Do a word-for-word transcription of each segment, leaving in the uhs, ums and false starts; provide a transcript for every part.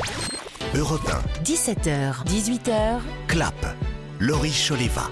Europe un. dix-sept heures, dix-huit heures. Clap. Laurie Choleva.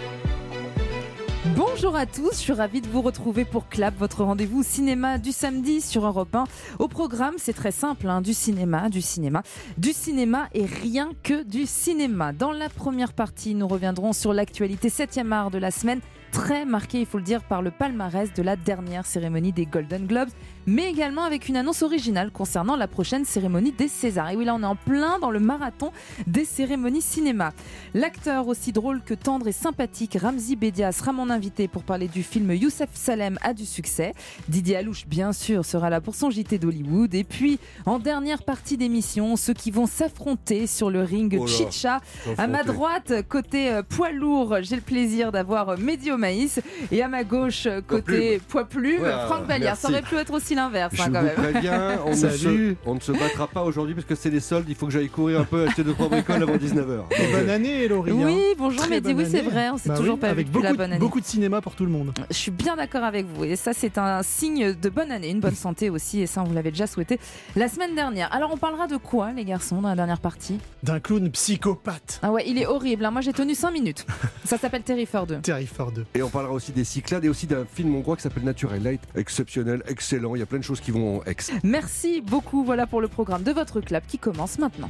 Bonjour à tous, je suis ravie de vous retrouver pour Clap, votre rendez-vous cinéma du samedi sur Europe un. Au programme, c'est très simple, hein, du cinéma, du cinéma, du cinéma et rien que du cinéma. Dans la première partie, nous reviendrons sur l'actualité septième art de la semaine, très marquée, il faut le dire, par le palmarès de la dernière cérémonie des Golden Globes, mais également avec une annonce originale concernant la prochaine cérémonie des Césars. Et oui, là, on est en plein dans le marathon des cérémonies cinéma. L'acteur aussi drôle que tendre et sympathique, Ramzy Bédia, sera mon invité pour parler du film Youssef Salem a du succès. Didier Alouche, bien sûr, sera là pour son J T d'Hollywood. Et puis, en dernière partie d'émission, ceux qui vont s'affronter sur le ring oh Chicha. À ma droite, côté euh, poids lourd, j'ai le plaisir d'avoir euh, Mehdi Omaïs. Et à ma gauche, côté poids plume, ouais, Franck Vallière. Ça aurait pu être aussi l'inverse, hein, quand même. Je vous préviens, on, ne se, on ne se battra pas aujourd'hui parce que c'est les soldes. Il faut que j'aille courir un peu, acheter deux trois bricoles avant dix-neuf heures. Et bonne année, Laurie. Oui, bonjour Mehdi. Oui, c'est vrai, on s'est bah toujours oui, pas vu depuis la bonne année. Beaucoup de cinéma pour tout le monde. Je suis bien d'accord avec vous. Et ça, c'est un signe de bonne année, une bonne santé aussi. Et ça, on vous l'avait déjà souhaité la semaine dernière. Alors, on parlera de quoi, les garçons, dans la dernière partie ? D'un clown psychopathe. Ah ouais, il est horrible. Hein. Moi, j'ai tenu cinq minutes. Ça s'appelle Terrifier deux. Terrifier deux. Et on parlera aussi des Cyclades et aussi d'un film hongrois qui s'appelle Natural Light. Exceptionnel, excellent. Il y a plein de choses qui vont en ex. Merci beaucoup. Voilà pour le programme de votre clap qui commence maintenant.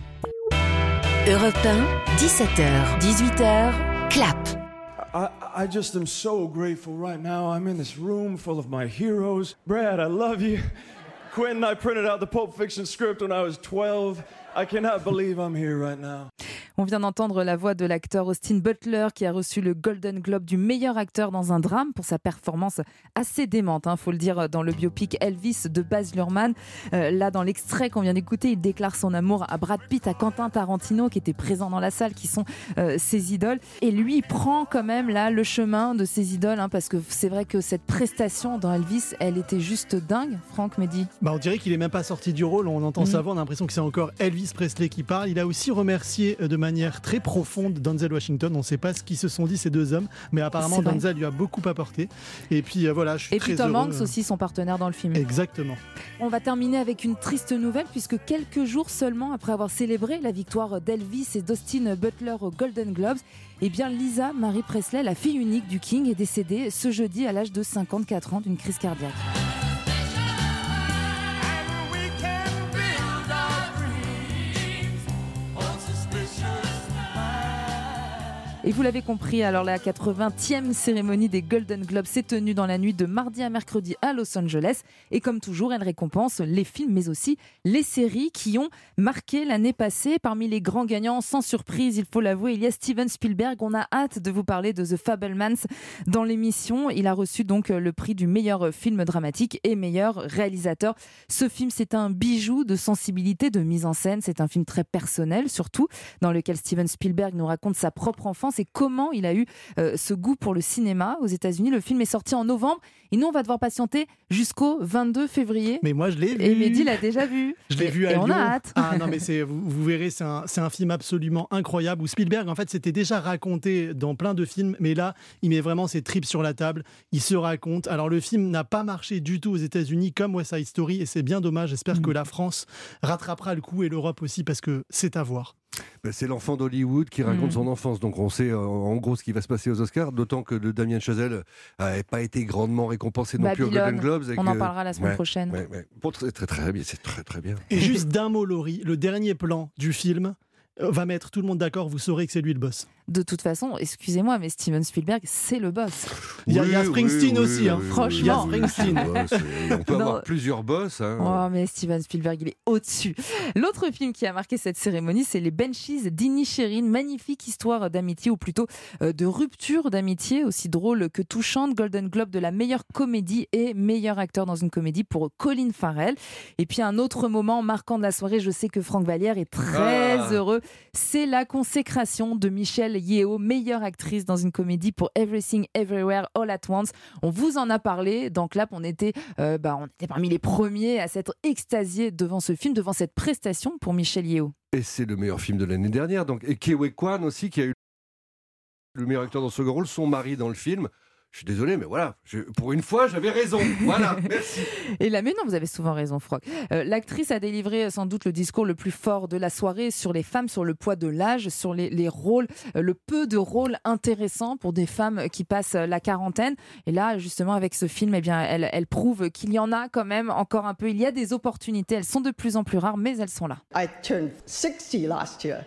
Europe un, dix-sept heures, dix-huit heures, Clap. I, I just am so grateful right now. I'm in this room full of my heroes. Brad, I love you. Quentin, I printed out the Pulp Fiction script when I was twelve. I cannot believe I'm here right now. On vient d'entendre la voix de l'acteur Austin Butler qui a reçu le Golden Globe du meilleur acteur dans un drame pour sa performance assez démente, hein, faut le dire, dans le biopic Elvis de Baz Luhrmann. Euh, là, dans l'extrait qu'on vient d'écouter, il déclare son amour à Brad Pitt, à Quentin Tarantino qui était présent dans la salle, qui sont euh, ses idoles. Et lui, il prend quand même là le chemin de ses idoles, hein, parce que c'est vrai que cette prestation dans Elvis, elle était juste dingue. Franck Mehdi. Bah, on dirait qu'il est même pas sorti du rôle. On entend mmh. sa voix, on a l'impression que c'est encore Elvis Presley qui parle. Il a aussi remercié de manière très profonde Denzel Washington. On ne sait pas ce qu'ils se sont dit ces deux hommes, mais apparemment Denzel lui a beaucoup apporté. Et puis euh, voilà, je suis Et très puis Tom heureux. Hanks aussi, son partenaire dans le film. Exactement. On va terminer avec une triste nouvelle puisque quelques jours seulement après avoir célébré la victoire d'Elvis et d'Austin Butler aux Golden Globes, eh bien Lisa Marie Presley, la fille unique du King, est décédée ce jeudi à l'âge de cinquante-quatre ans d'une crise cardiaque. Et vous l'avez compris, alors la quatre-vingtième cérémonie des Golden Globes s'est tenue dans la nuit de mardi à mercredi à Los Angeles. Et comme toujours, elle récompense les films, mais aussi les séries qui ont marqué l'année passée. Parmi les grands gagnants, sans surprise, il faut l'avouer, il y a Steven Spielberg. On a hâte de vous parler de The Fabelmans dans l'émission. Il a reçu donc le prix du meilleur film dramatique et meilleur réalisateur. Ce film, c'est un bijou de sensibilité, de mise en scène. C'est un film très personnel, surtout, dans lequel Steven Spielberg nous raconte sa propre enfance et comment il a eu euh, ce goût pour le cinéma aux États-Unis. Le film est sorti en novembre et nous on va devoir patienter jusqu'au vingt-deux février. Mais moi je l'ai vu. Et Mehdi l'a déjà vu. Je l'ai et, vu à et Lyon. On a hâte. Ah non mais c'est, vous, vous verrez, c'est un, c'est un film absolument incroyable où Spielberg en fait s'était déjà raconté dans plein de films, mais là il met vraiment ses tripes sur la table. Il se raconte. Alors le film n'a pas marché du tout aux États-Unis comme West Side Story et c'est bien dommage. J'espère mmh. que la France rattrapera le coup et l'Europe aussi parce que c'est à voir. Ben c'est l'enfant d'Hollywood qui raconte mmh. son enfance, donc on sait euh, en gros ce qui va se passer aux Oscars, d'autant que le Damien Chazelle n'a pas été grandement récompensé non Babylone, plus aux Golden Globes. On que... en parlera la semaine ouais, prochaine. Ouais, ouais. Bon, très, très, très bien, c'est très très bien. Et juste d'un mot, Laurie, le dernier plan du film va mettre tout le monde d'accord, vous saurez que c'est lui le boss. De toute façon, excusez-moi, mais Steven Spielberg, c'est le boss. Il y a, oui, il y a Springsteen oui, aussi, oui, hein. oui, franchement. Il y a Springsteen. Boss, on peut Non. avoir plusieurs boss. Hein. Oh, mais Steven Spielberg, il est au-dessus. L'autre film qui a marqué cette cérémonie, c'est Les Banshees d'Inisherin. Magnifique histoire d'amitié, ou plutôt euh, de rupture d'amitié, aussi drôle que touchante. Golden Globe de la meilleure comédie et meilleur acteur dans une comédie pour Colin Farrell. Et puis un autre moment marquant de la soirée, je sais que Franck Vallière est très ah. heureux, c'est la consécration de Michelle Yeoh, meilleure actrice dans une comédie pour Everything Everywhere All at Once. On vous en a parlé dans Clap, on était, euh, bah, on était parmi les premiers à s'être extasiés devant ce film, devant cette prestation pour Michelle Yeoh. Et c'est le meilleur film de l'année dernière. Donc. Et Ke Huy Quan aussi, qui a eu le meilleur acteur dans ce second rôle, son mari dans le film. Je suis désolé, mais voilà, je, pour une fois, j'avais raison. Voilà, merci. Et là, mais non, vous avez souvent raison, Froc. Euh, l'actrice a délivré sans doute le discours le plus fort de la soirée sur les femmes, sur le poids de l'âge, sur les, les rôles, euh, le peu de rôles intéressants pour des femmes qui passent la quarantaine. Et là, justement, avec ce film, eh bien, elle, elle prouve qu'il y en a quand même encore un peu. Il y a des opportunités. Elles sont de plus en plus rares, mais elles sont là. I turned sixty last year.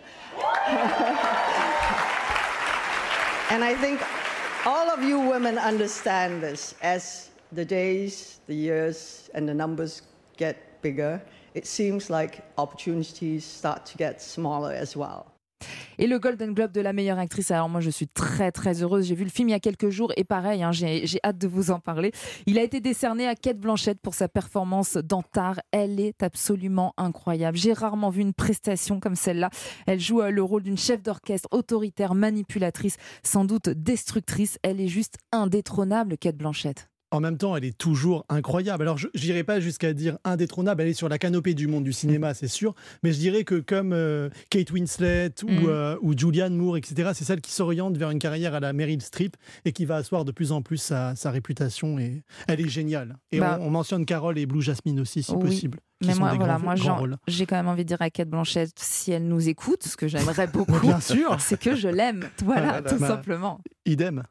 And I think all of you women understand this. As the days, the years, and the numbers get bigger, it seems like opportunities start to get smaller as well. Et le Golden Globe de la meilleure actrice, alors moi je suis très très heureuse, j'ai vu le film il y a quelques jours et pareil, hein, j'ai, j'ai hâte de vous en parler. Il a été décerné à Cate Blanchett pour sa performance dans Tar. Elle est absolument incroyable. J'ai rarement vu une prestation comme celle-là. Elle joue le rôle d'une chef d'orchestre autoritaire, manipulatrice, sans doute destructrice. Elle est juste indétrônable, Cate Blanchett. En même temps, elle est toujours incroyable. Alors, je n'irai pas jusqu'à dire indétrônable. Elle est sur la canopée du monde du cinéma, c'est sûr. Mais je dirais que comme euh, Kate Winslet ou, mm. euh, ou Julianne Moore, et cetera, c'est celle qui s'oriente vers une carrière à la Meryl Streep et qui va asseoir de plus en plus sa, sa réputation. Et elle est géniale. Et bah, on, on mentionne Carole et Blue Jasmine aussi, si oui. possible. Mais moi, voilà, grands, moi grands j'ai quand même envie de dire à Cate Blanchett, si elle nous écoute, ce que j'aimerais beaucoup, bien sûr. c'est que je l'aime. Voilà, tout bah, simplement. Idem.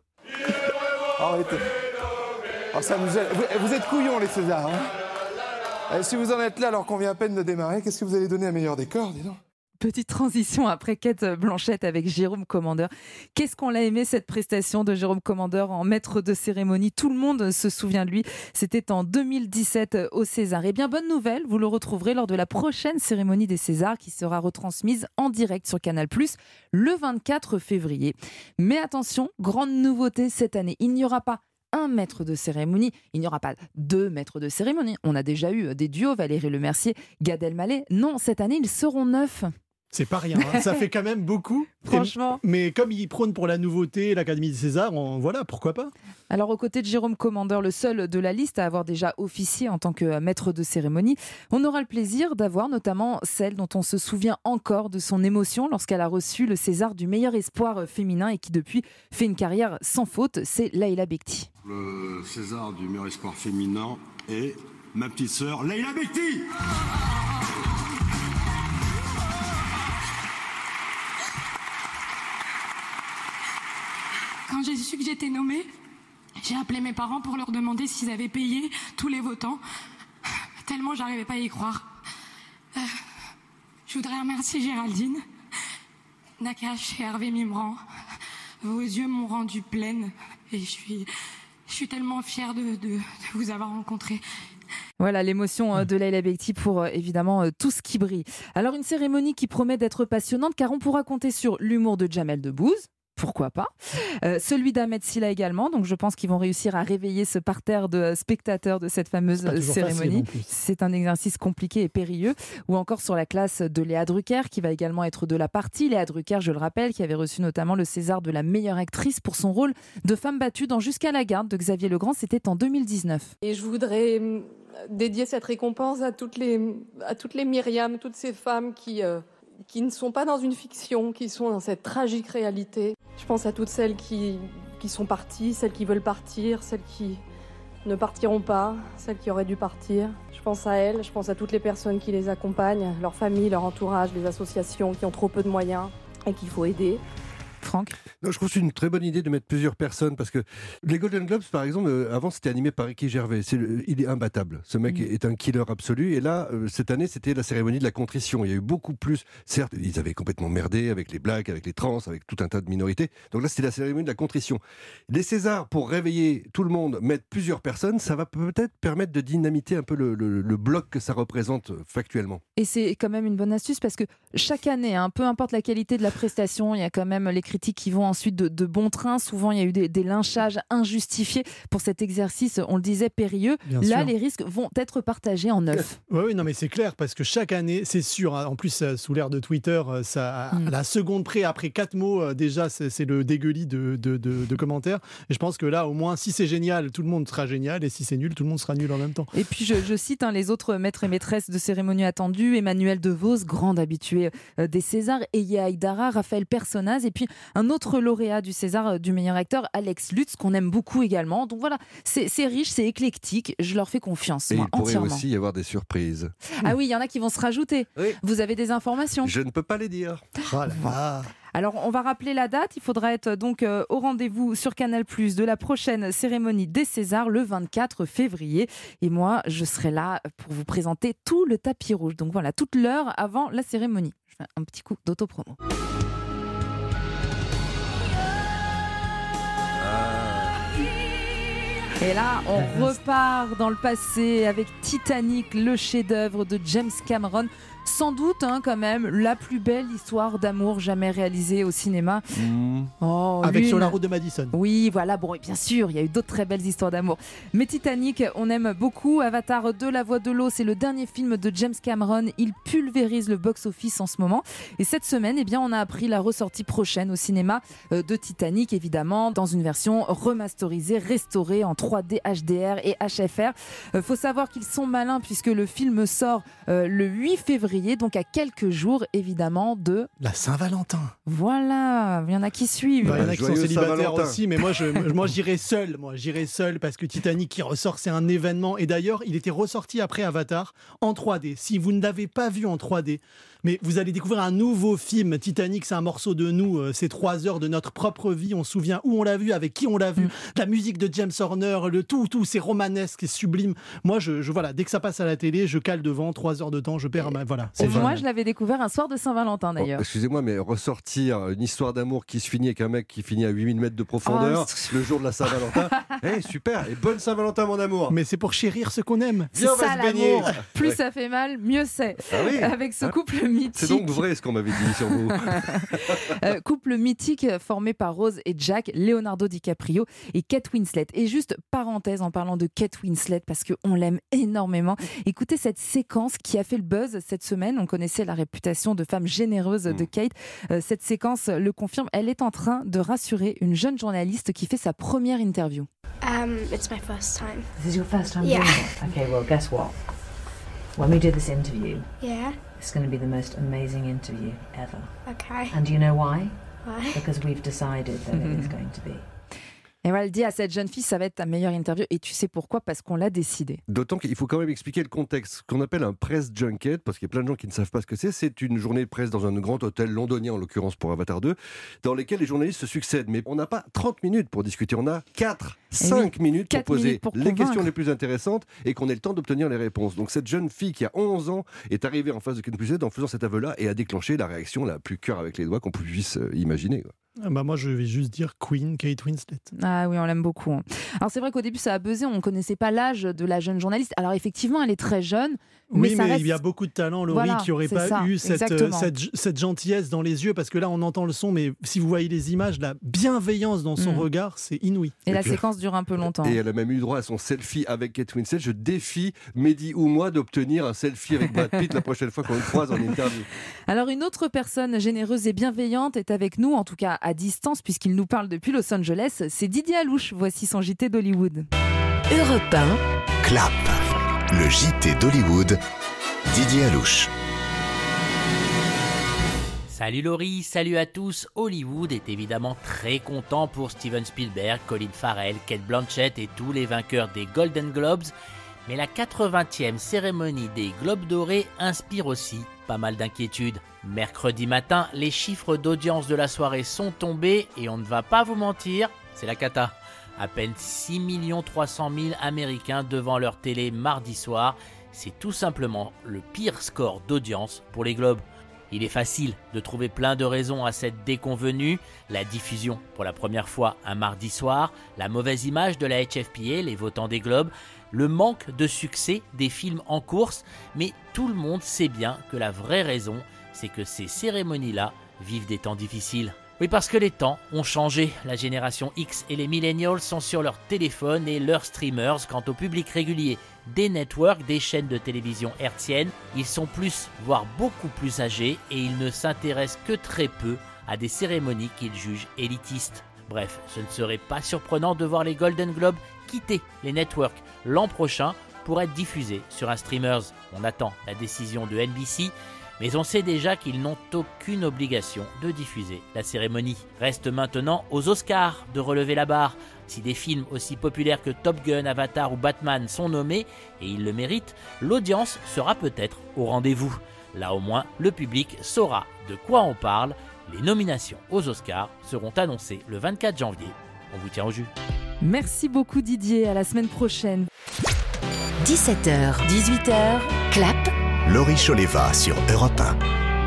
Arrêtez. Alors ça nous aide. Vous, vous êtes couillons, les Césars. Hein, et si vous en êtes là alors qu'on vient à peine de démarrer, qu'est-ce que vous allez donner à meilleur décor, dis donc? Petite transition après Cate Blanchett avec Jérôme Commandeur. Qu'est-ce qu'on l'a aimé cette prestation de Jérôme Commandeur en maître de cérémonie. Tout le monde se souvient de lui. C'était en deux mille dix-sept au César. Et bien bonne nouvelle, vous le retrouverez lors de la prochaine cérémonie des Césars qui sera retransmise en direct sur Canal plus, le vingt-quatre février. Mais attention, grande nouveauté cette année, il n'y aura pas un maître de cérémonie, il n'y aura pas deux maîtres de cérémonie. On a déjà eu des duos, Valérie Lemercier, Gad Elmaleh. Non, cette année, ils seront neuf. C'est pas rien, hein. Ça fait quand même beaucoup. Franchement. Et, mais comme ils prônent pour la nouveauté, l'Académie des Césars, on, voilà, pourquoi pas. Alors, aux côtés de Jérôme Commandeur, le seul de la liste à avoir déjà officié en tant que maître de cérémonie, on aura le plaisir d'avoir notamment celle dont on se souvient encore de son émotion lorsqu'elle a reçu le César du meilleur espoir féminin et qui depuis fait une carrière sans faute, c'est Leïla Bekti. Le César du meilleur espoir féminin est ma petite sœur Leïla Bekti. Quand j'ai su que j'étais nommée, j'ai appelé mes parents pour leur demander s'ils avaient payé tous les votants, tellement j'arrivais pas à y croire. Euh, je voudrais remercier Géraldine, Nakache et Hervé Mimran. Vos yeux m'ont rendue pleine et je suis, je suis tellement fière de, de, de vous avoir rencontré. Voilà l'émotion de Leïla Bekti pour évidemment tout ce qui brille. Alors une cérémonie qui promet d'être passionnante car on pourra compter sur l'humour de Jamel Debbouze. Pourquoi pas, euh, celui d'Ahmed Silla également, donc je pense qu'ils vont réussir à réveiller ce parterre de spectateurs de cette fameuse cérémonie. C'est un exercice compliqué et périlleux. Ou encore sur la classe de Léa Drucker qui va également être de la partie. Léa Drucker, je le rappelle, qui avait reçu notamment le César de la meilleure actrice pour son rôle de femme battue dans Jusqu'à la garde de Xavier Legrand, c'était en deux mille dix-neuf. Et je voudrais dédier cette récompense à toutes les, à toutes les Myriam, toutes ces femmes qui... Euh... qui ne sont pas dans une fiction, qui sont dans cette tragique réalité. Je pense à toutes celles qui, qui sont parties, celles qui veulent partir, celles qui ne partiront pas, celles qui auraient dû partir. Je pense à elles, je pense à toutes les personnes qui les accompagnent, leurs familles, leur entourage, les associations qui ont trop peu de moyens et qu'il faut aider. Franck ? Non, je trouve que c'est une très bonne idée de mettre plusieurs personnes parce que les Golden Globes, par exemple, euh, avant c'était animé par Ricky Gervais. C'est le, il est imbattable. Ce mec mmh. est un killer absolu. Et là, euh, cette année, c'était la cérémonie de la contrition. Il y a eu beaucoup plus. Certes, ils avaient complètement merdé avec les blacks, avec les trans, avec tout un tas de minorités. Donc là, c'était la cérémonie de la contrition. Les Césars, pour réveiller tout le monde, mettre plusieurs personnes, ça va peut-être permettre de dynamiter un peu le, le, le bloc que ça représente factuellement. Et c'est quand même une bonne astuce parce que chaque année, hein, peu importe la qualité de la prestation, il y a quand même les critiques qui vont ensuite de, de bon train. Souvent, il y a eu des, des lynchages injustifiés pour cet exercice, on le disait, périlleux. Bien Là, sûr. Les risques vont être partagés en neuf. Oui, oui, non, mais c'est clair, parce que chaque année, c'est sûr, hein, en plus, sous l'ère de Twitter, ça, mm. à la seconde près, après quatre mots, déjà, c'est, c'est le dégueulis de, de, de, de commentaires. Et je pense que là, au moins, si c'est génial, tout le monde sera génial, et si c'est nul, tout le monde sera nul en même temps. Et puis, je, je cite hein, les autres maîtres et maîtresses de cérémonie attendus, Emmanuel DeVos, grande habituée euh, des Césars, Eya Aïdara, Raphaël Personnaz, et puis un autre lauréat du César du meilleur acteur, Alex Lutz, qu'on aime beaucoup également. Donc voilà, c'est, c'est riche, c'est éclectique, je leur fais confiance, Et moi, il pourrait entièrement. aussi y avoir des surprises. Ah oui, il y en a qui vont se rajouter. Oui. Vous avez des informations? Je ne peux pas les dire. Oh là là. Alors, on va rappeler la date. Il faudra être donc euh, au rendez-vous sur Canal plus, de la prochaine cérémonie des Césars le vingt-quatre février. Et moi, je serai là pour vous présenter tout le tapis rouge. Donc voilà, toute l'heure avant la cérémonie. Je fais un petit coup d'autopromo. Et là, on repart dans le passé avec Titanic, le chef-d'œuvre de James Cameron. Sans doute, hein, quand même, la plus belle histoire d'amour jamais réalisée au cinéma. Mmh. Oh, Avec l'une. Sur la route de Madison. Oui, voilà. Bon, et bien sûr, il y a eu d'autres très belles histoires d'amour. Mais Titanic, on aime beaucoup. Avatar deux, La Voix de l'eau, c'est le dernier film de James Cameron. Il pulvérise le box-office en ce moment. Et cette semaine, eh bien, on a appris la ressortie prochaine au cinéma euh, de Titanic, évidemment, dans une version remasterisée, restaurée en trois D, H D R et H F R. Euh, faut savoir qu'ils sont malins puisque le film sort euh, le huit février, donc à quelques jours, évidemment, de... La Saint-Valentin. Voilà, il y en a qui suivent. Bah, il y en a qui sont Joyeux célibataires Saint-Valentin. aussi, mais moi, je, moi j'irai seul. Moi, j'irai seul parce que Titanic qui ressort, c'est un événement. Et d'ailleurs, il était ressorti après Avatar en trois D. Si vous ne l'avez pas vu en trois D, mais vous allez découvrir un nouveau film. Titanic, c'est un morceau de nous. euh, C'est trois heures de notre propre vie. On se souvient où on l'a vu, avec qui on l'a vu. Mm. La musique de James Horner, le tout, tout, c'est romanesque et sublime. Moi, je, je voilà, dès que ça passe à la télé, je cale devant. Trois heures de temps, je perds ma. Voilà. c'est Moi, vrai. je l'avais découvert un soir de Saint-Valentin, Oh, d'ailleurs. excusez-moi, mais ressortir une histoire d'amour qui se finit avec un mec qui finit à huit mille mètres de profondeur Oh, le jour de la Saint-Valentin, eh, super, et bonne Saint-Valentin, mon amour. Mais c'est pour chérir ce qu'on aime. C'est Viens, on va ça se baigner. l'amour. Plus Ouais. ça fait mal, mieux c'est. Ah oui. Avec ce Hein couple mythique. C'est donc vrai ce qu'on m'avait dit sur vous. Euh, couple mythique formé par Rose et Jack, Leonardo DiCaprio et Kate Winslet. Et juste parenthèse en parlant de Kate Winslet, parce qu'on l'aime énormément. Écoutez cette séquence qui a fait le buzz cette semaine. On connaissait la réputation de femme généreuse de Kate. Euh, cette séquence le confirme. Elle est en train de rassurer une jeune journaliste qui fait sa première interview. Um, it's my first time. This is your first time Yeah. doing it? Okay, well, guess what? When we do this interview, Yeah. it's going to be the most amazing interview ever. Okay. And do you know why? Why? Because we've decided that it is going to be. Et voilà, elle dit à cette jeune fille, ça va être ta meilleure interview. Et tu sais pourquoi? Parce qu'on l'a décidé. D'autant qu'il faut quand même expliquer le contexte. Ce qu'on appelle un press junket, parce qu'il y a plein de gens qui ne savent pas ce que c'est, c'est une journée de presse dans un grand hôtel londonien, en l'occurrence pour Avatar deux, dans lesquels les journalistes se succèdent. Mais on n'a pas trente minutes pour discuter, on a quatre, cinq oui, minutes pour quatre poser minutes pour les convaincre. questions les plus intéressantes et qu'on ait le temps d'obtenir les réponses. Donc cette jeune fille qui a onze ans est arrivée en face de Kate Winslet en faisant cet aveu-là et a déclenché la réaction la plus cœur avec les doigts qu'on puisse euh, imaginer, quoi. Ah bah moi, je vais juste dire Queen, Kate Winslet. Ah oui, on l'aime beaucoup. hein. Alors c'est vrai qu'au début ça a buzzé, on ne connaissait pas l'âge de la jeune journaliste. Alors effectivement, elle est très jeune, mais Oui, ça mais reste... il y a beaucoup de talent, Laurie, Voilà, qui n'aurait c'est pas ça, eu cette, euh, exactement. cette, cette gentillesse dans les yeux, parce que là, on entend le son, mais si vous voyez les images, la bienveillance dans son Mm. regard, c'est inouï. Et la puis- séquence dure un peu longtemps. Et elle a même eu droit à son selfie avec Kate Winslet. Je défie Mehdi ou moi d'obtenir un selfie avec Brad Pitt la prochaine fois qu'on le croise en interview. Alors une autre personne généreuse et bienveillante est avec nous, en tout cas à distance, puisqu'il nous parle depuis Los Angeles. C'est Didier Alouche. Voici son J T d'Hollywood. Europe un, Clap, le J T d'Hollywood, Didier Alouche. Salut Laurie, salut à tous. Hollywood est évidemment très content pour Steven Spielberg, Colin Farrell, Cate Blanchett et tous les vainqueurs des Golden Globes. Mais la quatre-vingtième cérémonie des Globes dorés inspire aussi pas mal d'inquiétudes. Mercredi matin, les chiffres d'audience de la soirée sont tombés et on ne va pas vous mentir, c'est la cata. À peine six millions trois cent mille Américains devant leur télé mardi soir. C'est tout simplement le pire score d'audience pour les Globes. Il est facile de trouver plein de raisons à cette déconvenue, la diffusion pour la première fois un mardi soir, la mauvaise image de la H F P A, les votants des Globes, le manque de succès des films en course, mais tout le monde sait bien que la vraie raison, c'est que ces cérémonies-là vivent des temps difficiles. Oui, parce que les temps ont changé. La génération X et les millennials sont sur leur téléphone et leurs streamers. Quant au public régulier des networks, des chaînes de télévision hertziennes, ils sont plus, voire beaucoup plus âgés et ils ne s'intéressent que très peu à des cérémonies qu'ils jugent élitistes. Bref, ce ne serait pas surprenant de voir les Golden Globes quitter les networks l'an prochain pour être diffusés sur un streamers. On attend la décision de N B C. mais on sait déjà qu'ils n'ont aucune obligation de diffuser la cérémonie. Reste maintenant aux Oscars de relever la barre. Si des films aussi populaires que Top Gun, Avatar ou Batman sont nommés, et ils le méritent, l'audience sera peut-être au rendez-vous. Là au moins, le public saura de quoi on parle. Les nominations aux Oscars seront annoncées le vingt-quatre janvier. On vous tient au jus. Merci beaucoup Didier, à la semaine prochaine. dix-sept heures, dix-huit heures, Clap. Laurie Choleva sur Europe un.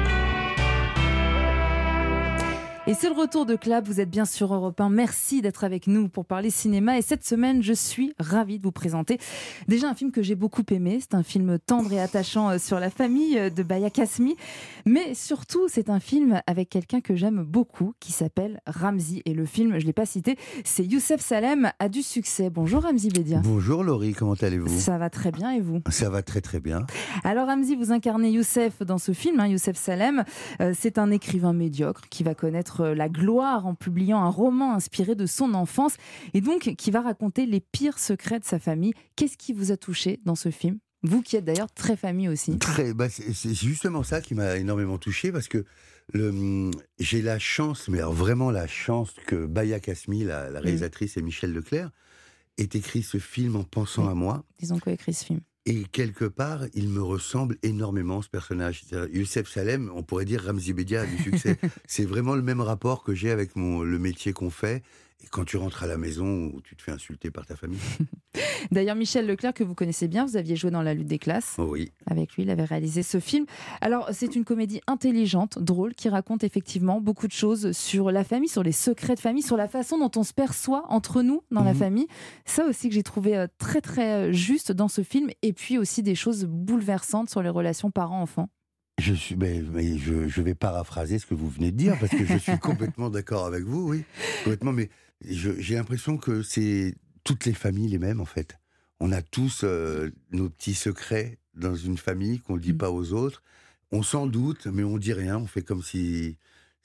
Et c'est le retour de Clap, vous êtes bien sur Europe un. Merci d'être avec nous pour parler cinéma. Et cette semaine, je suis ravie de vous présenter déjà un film que j'ai beaucoup aimé. C'est un film tendre et attachant sur la famille de Baya Kasmi. Mais surtout, c'est un film avec quelqu'un que j'aime beaucoup, qui s'appelle Ramzy. Et le film, je ne l'ai pas cité, c'est Youssef Salem a du succès. Bonjour Ramzy Bedia. Bonjour Laurie, comment allez-vous ? Ça va très bien et vous ? Ça va très très bien. Alors Ramzy, vous incarnez Youssef dans ce film, hein, Youssef Salem. Euh, c'est un écrivain médiocre qui va connaître la gloire en publiant un roman inspiré de son enfance et donc qui va raconter les pires secrets de sa famille. Qu'est-ce qui vous a touché dans ce film ? Vous qui êtes d'ailleurs très famille aussi. Très, bah c'est, c'est justement ça qui m'a énormément touché parce que le, j'ai la chance, mais alors vraiment la chance que Baya Kasmi, la, la réalisatrice, mmh. et Michel Leclerc aient écrit ce film en pensant oui. à moi. Ils ont coécrit ce film. Et quelque part, il me ressemble énormément, ce personnage. Youssef Salem, on pourrait dire Ramzy Bedia du succès. C'est vraiment le même rapport que j'ai avec mon, le métier qu'on fait. Et quand tu rentres à la maison où tu te fais insulter par ta famille. D'ailleurs, Michel Leclerc, que vous connaissez bien, vous aviez joué dans La lutte des classes. Oh oui. Avec lui, il avait réalisé ce film. Alors, c'est une comédie intelligente, drôle, qui raconte effectivement beaucoup de choses sur la famille, sur les secrets de famille, sur la façon dont on se perçoit entre nous dans mmh. la famille. Ça aussi que j'ai trouvé très, très juste dans ce film. Et puis aussi des choses bouleversantes sur les relations parents-enfants. Je suis, mais, mais je, je vais paraphraser ce que vous venez de dire parce que je suis complètement d'accord avec vous, oui, complètement. Mais je, j'ai l'impression que c'est toutes les familles les mêmes en fait. On a tous euh, nos petits secrets dans une famille qu'on ne dit mmh. pas aux autres. On s'en doute, mais on dit rien. On fait comme si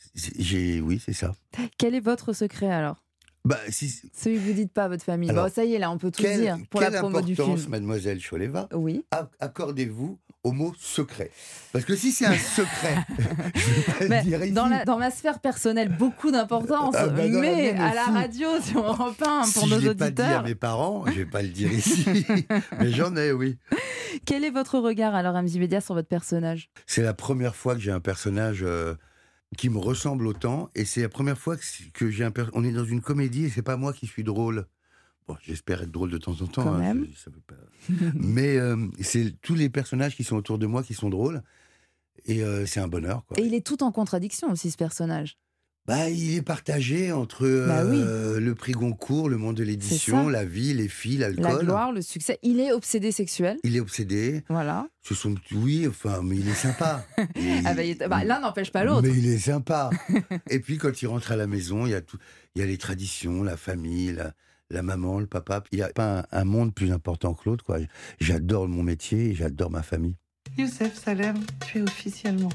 j'ai, oui, c'est ça. Quel est votre secret alors ? Bah, si... Celui que vous dites pas à votre famille. Alors, bon, ça y est, là, on peut tout quelle, dire pour la promo du film. Quelle importance, mademoiselle Choleva, oui. accordez-vous au mot secret ? Parce que si c'est un secret, je vais pas mais le dire ici. Dans, la, dans ma sphère personnelle, beaucoup d'importance, ah bah mais la à la radio, sur Europe un, pour si nos je auditeurs. Si je ne l'ai pas dit à mes parents, je ne vais pas le dire ici, mais j'en ai, oui. Quel est votre regard, alors, Ramzy Bedia, sur votre personnage ? C'est la première fois que j'ai un personnage... Euh, qui me ressemble autant, et c'est la première fois que, que j'ai un per... on est dans une comédie et c'est pas moi qui suis drôle. Bon, j'espère être drôle de temps en temps. Quand hein, même. Je, ça veut pas... Mais euh, c'est tous les personnages qui sont autour de moi qui sont drôles, et euh, c'est un bonheur. Quoi. Et il est tout en contradiction aussi, ce personnage. Bah, il est partagé entre euh, bah oui. le prix Goncourt, le monde de l'édition, la vie, les filles, l'alcool. La gloire, le succès. Il est obsédé sexuel. Il est obsédé. Voilà. Ce sont, oui, enfin, mais il est sympa. Et, ah bah, il, bah, l'un n'empêche pas l'autre. Mais il est sympa. Et puis, quand il rentre à la maison, il y a, tout, il y a les traditions, la famille, la, la maman, le papa. Il n'y a pas un, un monde plus important que l'autre, quoi. J'adore mon métier et j'adore ma famille. Youssef Salem, tu es officiellement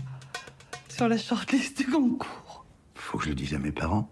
sur la shortlist du Goncourt. Faut que je le dise à mes parents.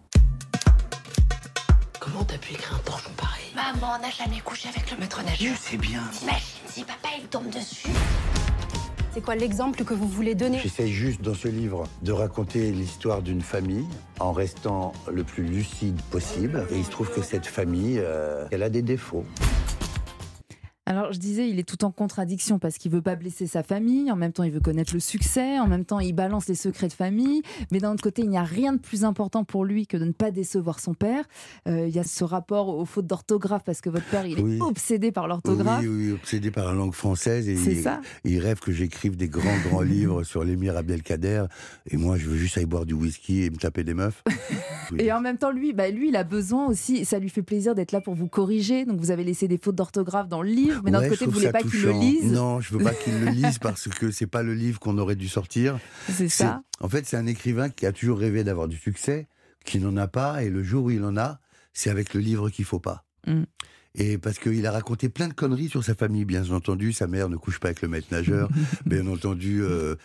Comment t'as pu écrire un torchon pareil ? Maman n'a jamais couché avec le maître nageur. Je sais bien. T'imagines si papa il tombe dessus ? C'est quoi l'exemple que vous voulez donner ? J'essaye juste dans ce livre de raconter l'histoire d'une famille en restant le plus lucide possible. Et il se trouve que cette famille, euh, elle a des défauts. Alors, je disais, il est tout en contradiction parce qu'il veut pas blesser sa famille, en même temps, il veut connaître le succès, en même temps, il balance les secrets de famille, mais d'un autre côté, il n'y a rien de plus important pour lui que de ne pas décevoir son père. Euh, il y a ce rapport aux fautes d'orthographe parce que votre père, il oui. est obsédé par l'orthographe. Oui, oui, obsédé par la langue française. Et C'est il, ça. Il rêve que j'écrive des grands, grands livres sur l'émir Abdelkader, et moi, je veux juste aller boire du whisky et me taper des meufs. Oui. Et en même temps, lui, bah, lui, il a besoin aussi, ça lui fait plaisir d'être là pour vous corriger, donc vous avez laissé des fautes d'orthographe dans le livre. Mais d'un ouais, autre côté, vous voulez pas qu'il le lise. Non, je veux pas qu'il le lise parce que c'est pas le livre qu'on aurait dû sortir. C'est ça. En fait, c'est un écrivain qui a toujours rêvé d'avoir du succès, qui n'en a pas, et le jour où il en a, c'est avec le livre qu'il faut pas. Mm. Et parce qu'il a raconté plein de conneries sur sa famille, bien entendu. Sa mère ne couche pas avec le maître nageur, bien entendu. Euh,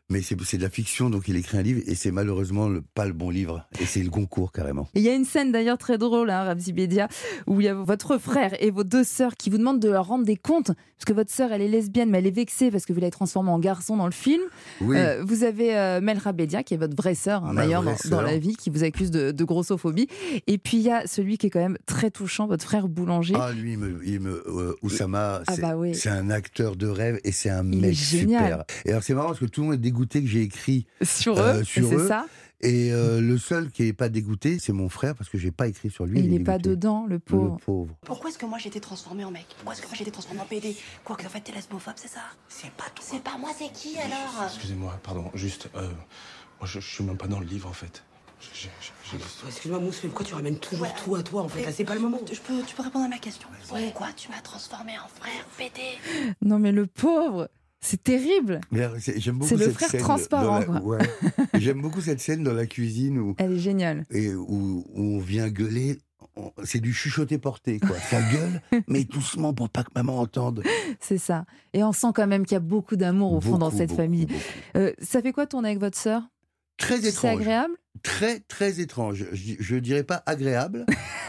Mais c'est, c'est de la fiction, donc il écrit un livre, et c'est malheureusement le, pas le bon livre. Et c'est le Goncourt, carrément. Il y a une scène d'ailleurs très drôle, hein, Ramzy Bedia, où il y a votre frère et vos deux sœurs qui vous demandent de leur rendre des comptes, parce que votre sœur, elle est lesbienne, mais elle est vexée parce que vous l'avez transformée en garçon dans le film. Oui. Euh, vous avez euh, Melra Bedia, qui est votre vraie sœur, hein, Ma d'ailleurs, vraie dans, sœur. dans la vie, qui vous accuse de, de grossophobie. Et puis il y a celui qui est quand même très touchant, votre frère Boulanger. Ah, lui, il me, il me, euh, Oussama, Ah c'est, bah oui. c'est un acteur de rêve, et c'est un Il mec est génial. super. Et alors, c'est marrant, parce que tout le monde est dégoûté que j'ai écrit Sur euh, eux, sur et c'est eux. ça. Et euh, le seul qui n'est pas dégoûté, c'est mon frère, parce que j'ai pas écrit sur lui. Et il est n'est pas dégoûté. dedans, le pauvre. Le pauvre. Pourquoi est-ce que moi j'ai été transformée en mec? Pourquoi est-ce que moi j'ai été transformée en P D? Quoi que en fait t'es lesbophobe, c'est ça? C'est pas toi. C'est pas moi, c'est qui alors? Excusez-moi, pardon, juste, euh, moi je, je suis même pas dans le livre en fait. Je- je- je- je- Excuse-moi, Mousse, mais pourquoi tu ramènes toujours Ouais. tout à toi en fait? Là, c'est pas le moment. Je peux, tu peux répondre à ma question. Pourquoi tu m'as transformée en frère P D? Non mais le pauvre, c'est terrible. Mais alors, c'est, j'aime beaucoup C'est le cette frère scène transparent, dans la- quoi. ouais. J'aime beaucoup cette scène dans la cuisine où, Elle est géniale. et où, où on vient gueuler. On- c'est du chuchoté porté, quoi. Ça gueule, mais doucement pour pas que maman entende. C'est ça. Et on sent quand même qu'il y a beaucoup d'amour au fond dans Beaucoup, cette beaucoup, famille. beaucoup. Euh, ça fait quoi tourner avec votre sœur? Très C'est étrange. agréable? Très, très étrange. Je, je dirais pas agréable.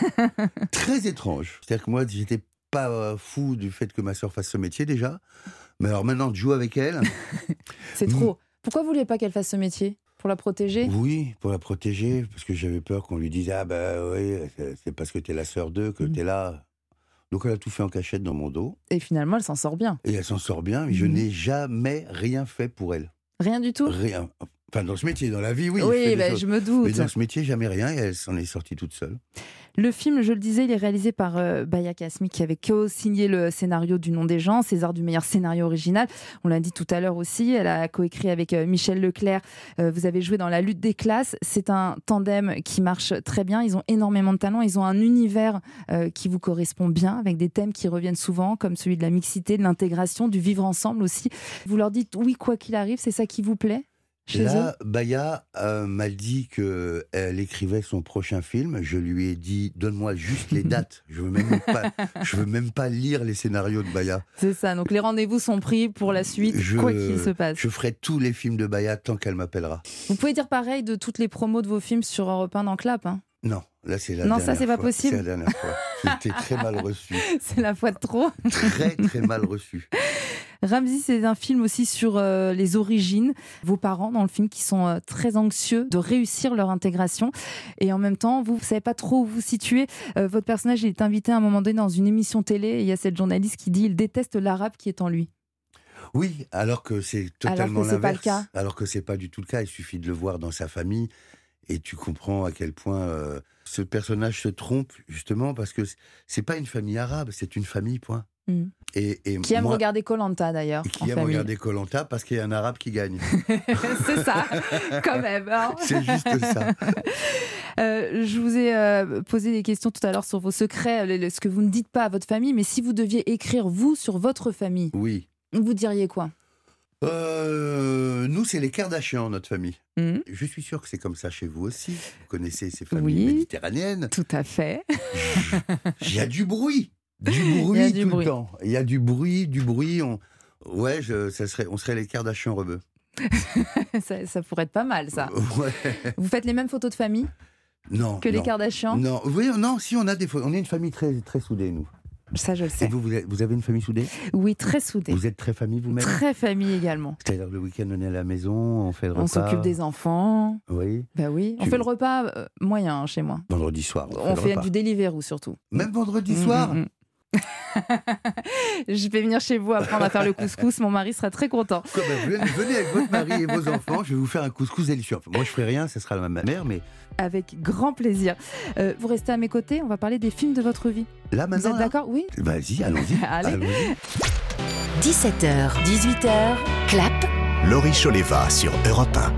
Très étrange. C'est-à-dire que moi, j'étais pas euh, fou du fait que ma sœur fasse ce métier déjà. Mais alors maintenant, de jouer avec elle. C'est trop. Pourquoi vous vouliez pas qu'elle fasse ce métier? Pour la protéger? Oui, pour la protéger, parce que j'avais peur qu'on lui dise « Ah ben oui, c'est- c'est parce que t'es la sœur d'eux que Mm. t'es là. » Donc elle a tout fait en cachette dans mon dos. Et finalement, elle s'en sort bien. Et elle s'en sort bien, mais je Mhm. n'ai jamais rien fait pour elle. Rien du tout? Rien. Enfin, dans ce métier, dans la vie, oui. Oui, je fais des ben, choses. je me doute. Mais dans ce métier, jamais rien, et elle s'en est sortie toute seule. Le film, je le disais, il est réalisé par euh, Baya Kasmi, qui avait co-signé le scénario du Nom des gens, César du meilleur scénario original. On l'a dit tout à l'heure aussi. Elle a coécrit avec euh, Michel Leclerc. Euh, vous avez joué dans La lutte des classes. C'est un tandem qui marche très bien. Ils ont énormément de talent. Ils ont un univers euh, qui vous correspond bien, avec des thèmes qui reviennent souvent, comme celui de la mixité, de l'intégration, du vivre ensemble aussi. Vous leur dites oui, quoi qu'il arrive, c'est ça qui vous plaît chez Là, eux? Baya euh, m'a dit qu'elle écrivait son prochain film. Je lui ai dit, donne-moi juste les dates. Je veux même pas, je veux même pas lire les scénarios de Baya. C'est ça. Donc les rendez-vous sont pris pour la suite, Je, quoi qu'il se passe. je ferai tous les films de Baya tant qu'elle m'appellera. Vous pouvez dire pareil de toutes les promos de vos films sur Europe un dans Clap, hein. Non, là c'est la Non, dernière ça, c'est pas fois. possible. C'est la dernière fois. J'étais très mal reçu. C'est la fois de trop. Très très mal reçu. Ramzy, c'est un film aussi sur euh, les origines. Vos parents dans le film qui sont euh, très anxieux de réussir leur intégration. Et en même temps, vous ne savez pas trop où vous situer. Euh, votre personnage il est invité à un moment donné dans une émission télé. Et il y a cette journaliste qui dit il déteste l'arabe qui est en lui. Oui, alors que c'est totalement Alors que c'est pas le l'inverse. cas. Alors que c'est pas du tout le cas. Il suffit de le voir dans sa famille et tu comprends à quel point euh, ce personnage se trompe justement parce que c'est pas une famille arabe, c'est une famille, point. Mm. Et, et Qui aime moi- regarder Koh-Lanta d'ailleurs. et qui en aime famille. regarder Koh Lanta parce qu'il y a un arabe qui gagne. C'est ça, quand même. hein. C'est juste ça. Euh, je vous ai euh, posé des questions tout à l'heure sur vos secrets, le- le- ce que vous ne dites pas à votre famille, mais si vous deviez écrire vous sur votre famille, Oui. vous diriez quoi? Euh, nous, c'est les Kardashians, notre famille. Mhm. Je suis sûr que c'est comme ça chez vous aussi. Vous connaissez ces familles Oui. méditerranéennes. Tout à fait. Il y a du bruit. Du bruit Il y a du tout bruit. le temps. Il y a du bruit, du bruit. On... Ouais, je, ça serait, on serait les Kardashians rebeux. ça, ça pourrait être pas mal, ça. Ouais. Vous faites les mêmes photos de famille Non. que les non. Kardashians? Non, oui, non, si on a des, pho- on est une famille très, très soudée, nous. Ça, je le Et sais. vous, vous avez- vous avez une famille soudée? Oui, très soudés. Vous êtes très famille vous-même? Très famille également. C'est-à-dire le week-end, on est à la maison, on fait le repas. On s'occupe des enfants. Oui. Bah oui. On Tu- fait le repas euh, moyen hein, chez moi. Vendredi soir. On, On fait, fait le repas. du Deliveroo surtout. Même vendredi Mm, soir. mm, mm. Je vais venir chez vous apprendre à faire le couscous. Mon mari sera très content. Quoi, ben, venez, venez avec votre mari et vos enfants, je vais vous faire un couscous délicieux. Enfin, moi, je ferai rien, ce sera ma mère, mais Avec grand plaisir. Euh, vous restez à mes côtés. On va parler des films de votre vie. là, Vous maintenant. êtes là d'accord? Oui. Vas-y, allons-y. Allez. allons-y. dix-sept heures, dix-huit heures, Clap, Laurie Choleva sur Europe un.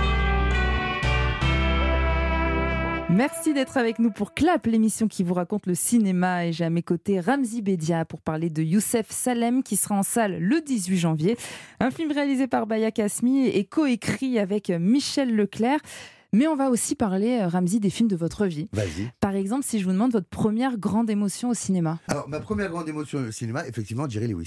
Merci d'être avec nous pour Clap, l'émission qui vous raconte le cinéma. Et j'ai à mes côtés Ramzy Bedia pour parler de Youssef Salem qui sera en salle le dix-huit janvier. Un film réalisé par Baya Kasmi et coécrit avec Michel Leclerc. Mais on va aussi parler, Ramzy, des films de votre vie. Vas-y. Par exemple, si je vous demande votre première grande émotion au cinéma. Alors, ma première grande émotion au cinéma, effectivement, Jerry Lewis.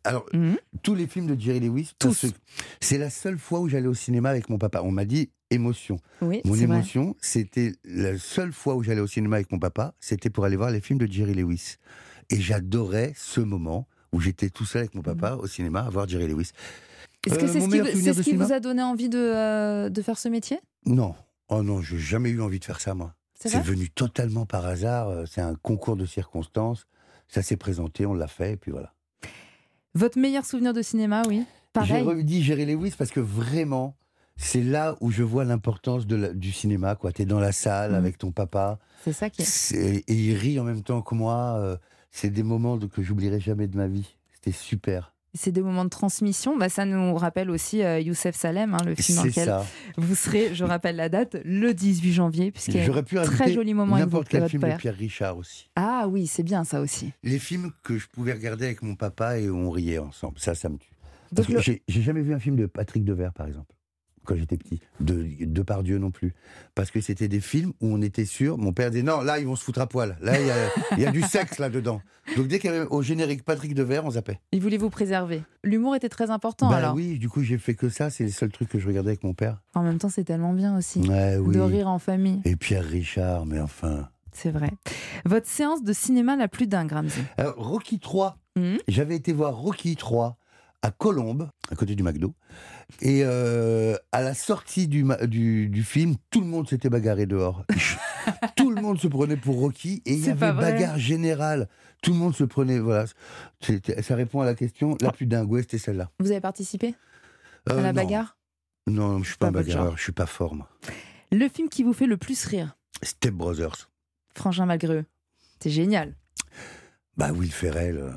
Alors, Mhm. tous les films de Jerry Lewis, parce que c'est la seule fois où j'allais au cinéma avec mon papa. On m'a dit émotion. Oui, Mon c'est vrai. émotion, c'était la seule fois où j'allais au cinéma avec mon papa, c'était pour aller voir les films de Jerry Lewis. Et j'adorais ce moment où j'étais tout seul avec mon papa au cinéma à voir Jerry Lewis. Est-ce que Euh, c'est mon ce qui, meilleur c'est souvenir ce de qui cinéma vous a donné envie de, euh, de faire ce métier? Non. Oh non, j'ai jamais eu envie de faire ça, moi. C'est C'est vrai venu totalement par hasard. euh, C'est un concours de circonstances. Ça s'est présenté, on l'a fait, et puis voilà. Votre meilleur souvenir de cinéma, oui. J'ai Pareil. redit Jerry Lewis parce que vraiment, c'est là où je vois l'importance de la- du cinéma. Tu es dans la salle Mhm. avec ton papa. C'est ça qui est. C'est- Et il rit en même temps que moi. euh, C'est des moments de- que j'oublierai jamais de ma vie. C'était super. C'est des moments de transmission. Bah, ça nous rappelle aussi euh, Youssef Salem, hein, le film dans C'est lequel ça. vous serez, je rappelle la date, le dix-huit janvier, puisqu'il y a J'aurais un pu très rajouter joli moment avec n'importe votre quel votre film de père. Pierre Richard aussi. Ah oui, c'est bien ça aussi. Les films que je pouvais regarder avec mon papa et on riait ensemble. Ça, ça me tue. Parce Donc que le- j'ai j'ai jamais vu un film de Patrick Devers, par exemple, quand j'étais petit. De Depardieu non plus. Parce que c'était des films où on était sûr. Mon père disait non, là, ils vont se foutre à poil. Là, il y a, il y a du sexe là-dedans. Donc dès qu'il y avait au générique Patrick Devers, on zappait. Il voulait vous préserver. L'humour était très important Bah alors. oui, du coup, j'ai fait que ça. C'est les seuls trucs que je regardais avec mon père. En même temps, c'est tellement bien aussi. Ouais, oui. De rire en famille. Et Pierre Richard, mais enfin. C'est vrai. Votre séance de cinéma la plus dingue, Ramzy? Alors, Rocky trois. Mhm. J'avais été voir Rocky trois à Colombes, à côté du McDo. Et euh, à la sortie du, ma- du, du film, tout le monde s'était bagarré dehors. Tout le monde se prenait pour Rocky et il y C'est pas avait vrai. bagarre générale. Tout le monde se prenait. Voilà. C'était- Ça répond à la question la plus dingue. Ouais, c'était celle-là. Vous avez participé à Euh, la non. bagarre? Non, je suis pas, Pas un votre bagarreur. genre. Je suis pas fort, moi. Le film qui vous fait le plus rire? Step Brothers. Frangin malgré eux. C'est génial. Bah, Will Ferrell. euh,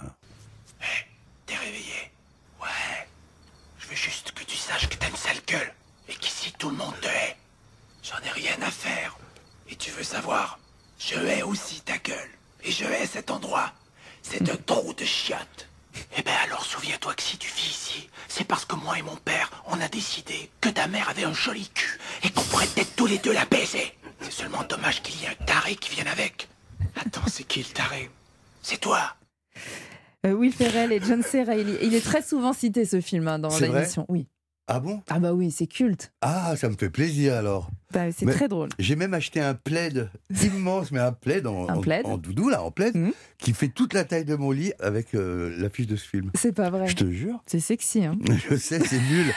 T'es réveillé? Ouais. Je veux juste que tu saches que t'as une sale gueule. Et qu'ici tout le monde te hait. J'en ai rien à faire. Et tu veux savoir? Je hais aussi ta gueule. Et je hais cet endroit. C'est un trou de chiottes. Eh ben alors souviens-toi que si tu vis ici, c'est parce que moi et mon père, on a décidé que ta mère avait un joli cul et qu'on pourrait peut-être tous les deux la baiser. C'est seulement dommage qu'il y ait un taré qui vienne avec. Attends, c'est qui le taré? C'est toi. Euh, Will Ferrell et John C. Reilly. Il est très souvent cité ce film hein, dans C'est vrai l'émission. Oui. Ah bon? Ah bah oui, c'est culte. Ah, ça me fait plaisir alors. Bah, c'est Mais très drôle. J'ai même acheté un plaid immense, mais un plaid en, Un en- plaid en doudou, là, en plaid, qui fait toute la taille de mon lit avec euh, l'affiche de ce film. C'est pas vrai. Je te jure. C'est sexy. Hein. Je sais, c'est nul.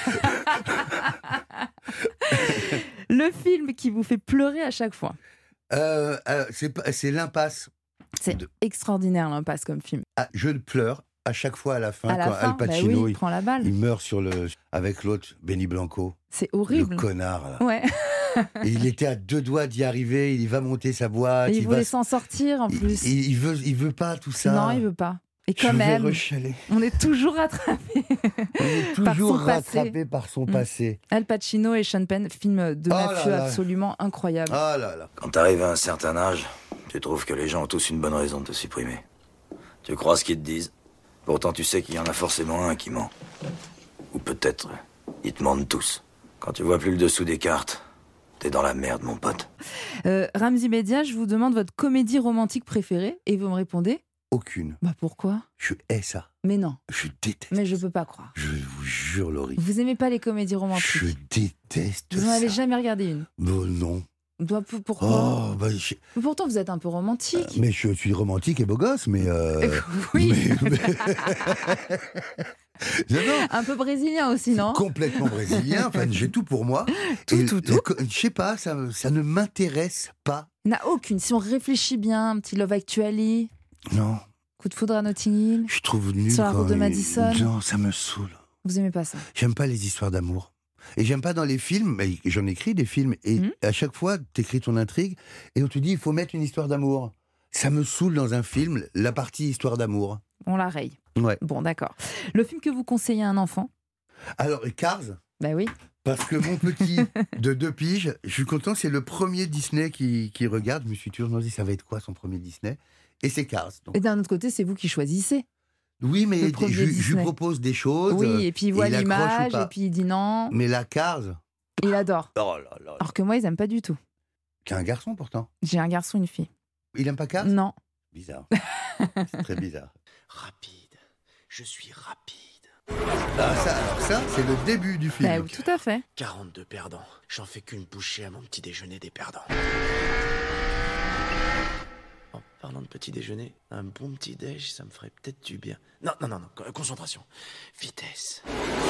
Le film qui vous fait pleurer à chaque fois. Euh, euh, c'est pas- c'est l'impasse. C'est extraordinaire l'impasse comme film. Ah, je pleure à chaque fois à la fin À la quand fin, Al Pacino bah oui, il prend la balle. il meurt sur le avec l'autre Benny Blanco. C'est horrible. Le connard là. Ouais. Et il était à deux doigts d'y arriver. Il va monter sa boîte. Et il il voulait va... s'en sortir en plus. il, il veut, il veut pas tout ça. Non, il veut pas. Et Je quand vais même, rechialer. on est toujours rattrapé. On est par toujours son passé. rattrapé par son Mm. passé. Al Pacino et Sean Penn, film de Oh là mafieux là. absolument incroyable. Ah là là. Quand t'arrives à un certain âge, tu trouves que les gens ont tous une bonne raison de te supprimer. Tu crois ce qu'ils te disent. Pourtant, tu sais qu'il y en a forcément un qui ment. Ou peut-être, ils te mentent tous. Quand tu vois plus le dessous des cartes, t'es dans la merde, mon pote. Euh, Ramzy Bedia, je vous demande votre comédie romantique préférée et vous me répondez? Aucune. Bah pourquoi? Je hais ça. Mais non. Je déteste. Mais je peux pas croire. Je vous jure, Laurie. Vous aimez pas les comédies romantiques? Je déteste Vous en ça. avez jamais regardé une? Bon, non. Bah, p- pourquoi? Oh, bah, je- Mais pourtant, vous êtes un peu romantique. Mais je suis romantique et beau gosse, mais... euh, Oui. mais- Non, non. Un peu brésilien aussi, non? Complètement brésilien, enfin, j'ai tout pour moi. Tout, Et- tout, tout. et co- Je sais pas, ça, ça ne m'intéresse pas. Il n'y en a aucune. Si on réfléchit bien, un petit Love Actually, Non, Coup de foudre à Notting Hill, je trouve nul. Sur la quand route de il- Madison. Non, ça me saoule. vous aimez pas ça? J'aime pas les histoires d'amour. Et j'aime pas dans les films, mais j'en écris des films, et Mhm. à chaque fois, t'écris ton intrigue, et on te dit, il faut mettre une histoire d'amour. Ça me saoule dans un film, la partie histoire d'amour. On la raye. Ouais. Bon, d'accord. Le film que vous conseillez à un enfant? Alors, Cars, Bah oui. parce que mon petit de deux piges, je suis content, c'est le premier Disney qui, qui regarde. Je me suis toujours demandé, ça va être quoi son premier Disney? Et c'est Cars. Donc. Et d'un autre côté, c'est vous qui choisissez. Oui, mais Le premier je, je lui Disney. propose des choses. Oui, et puis il voit accroche ou l'image, pas. et puis il dit non. Mais la Cars, Il adore. oh là là, Alors que moi, ils aiment pas du tout. c'est un garçon pourtant. J'ai un garçon, une fille. Il aime pas Cars? Non. Bizarre. C'est très bizarre. Rapide, Je suis rapide. Ah, ça, alors ça, c'est le début du film. Bah, tout à fait. quarante-deux perdants. J'en fais qu'une bouchée à mon petit déjeuner des perdants. En parlant de petit déjeuner, un bon petit déj, ça me ferait peut-être du bien. Non, non, non, non, concentration. Vitesse.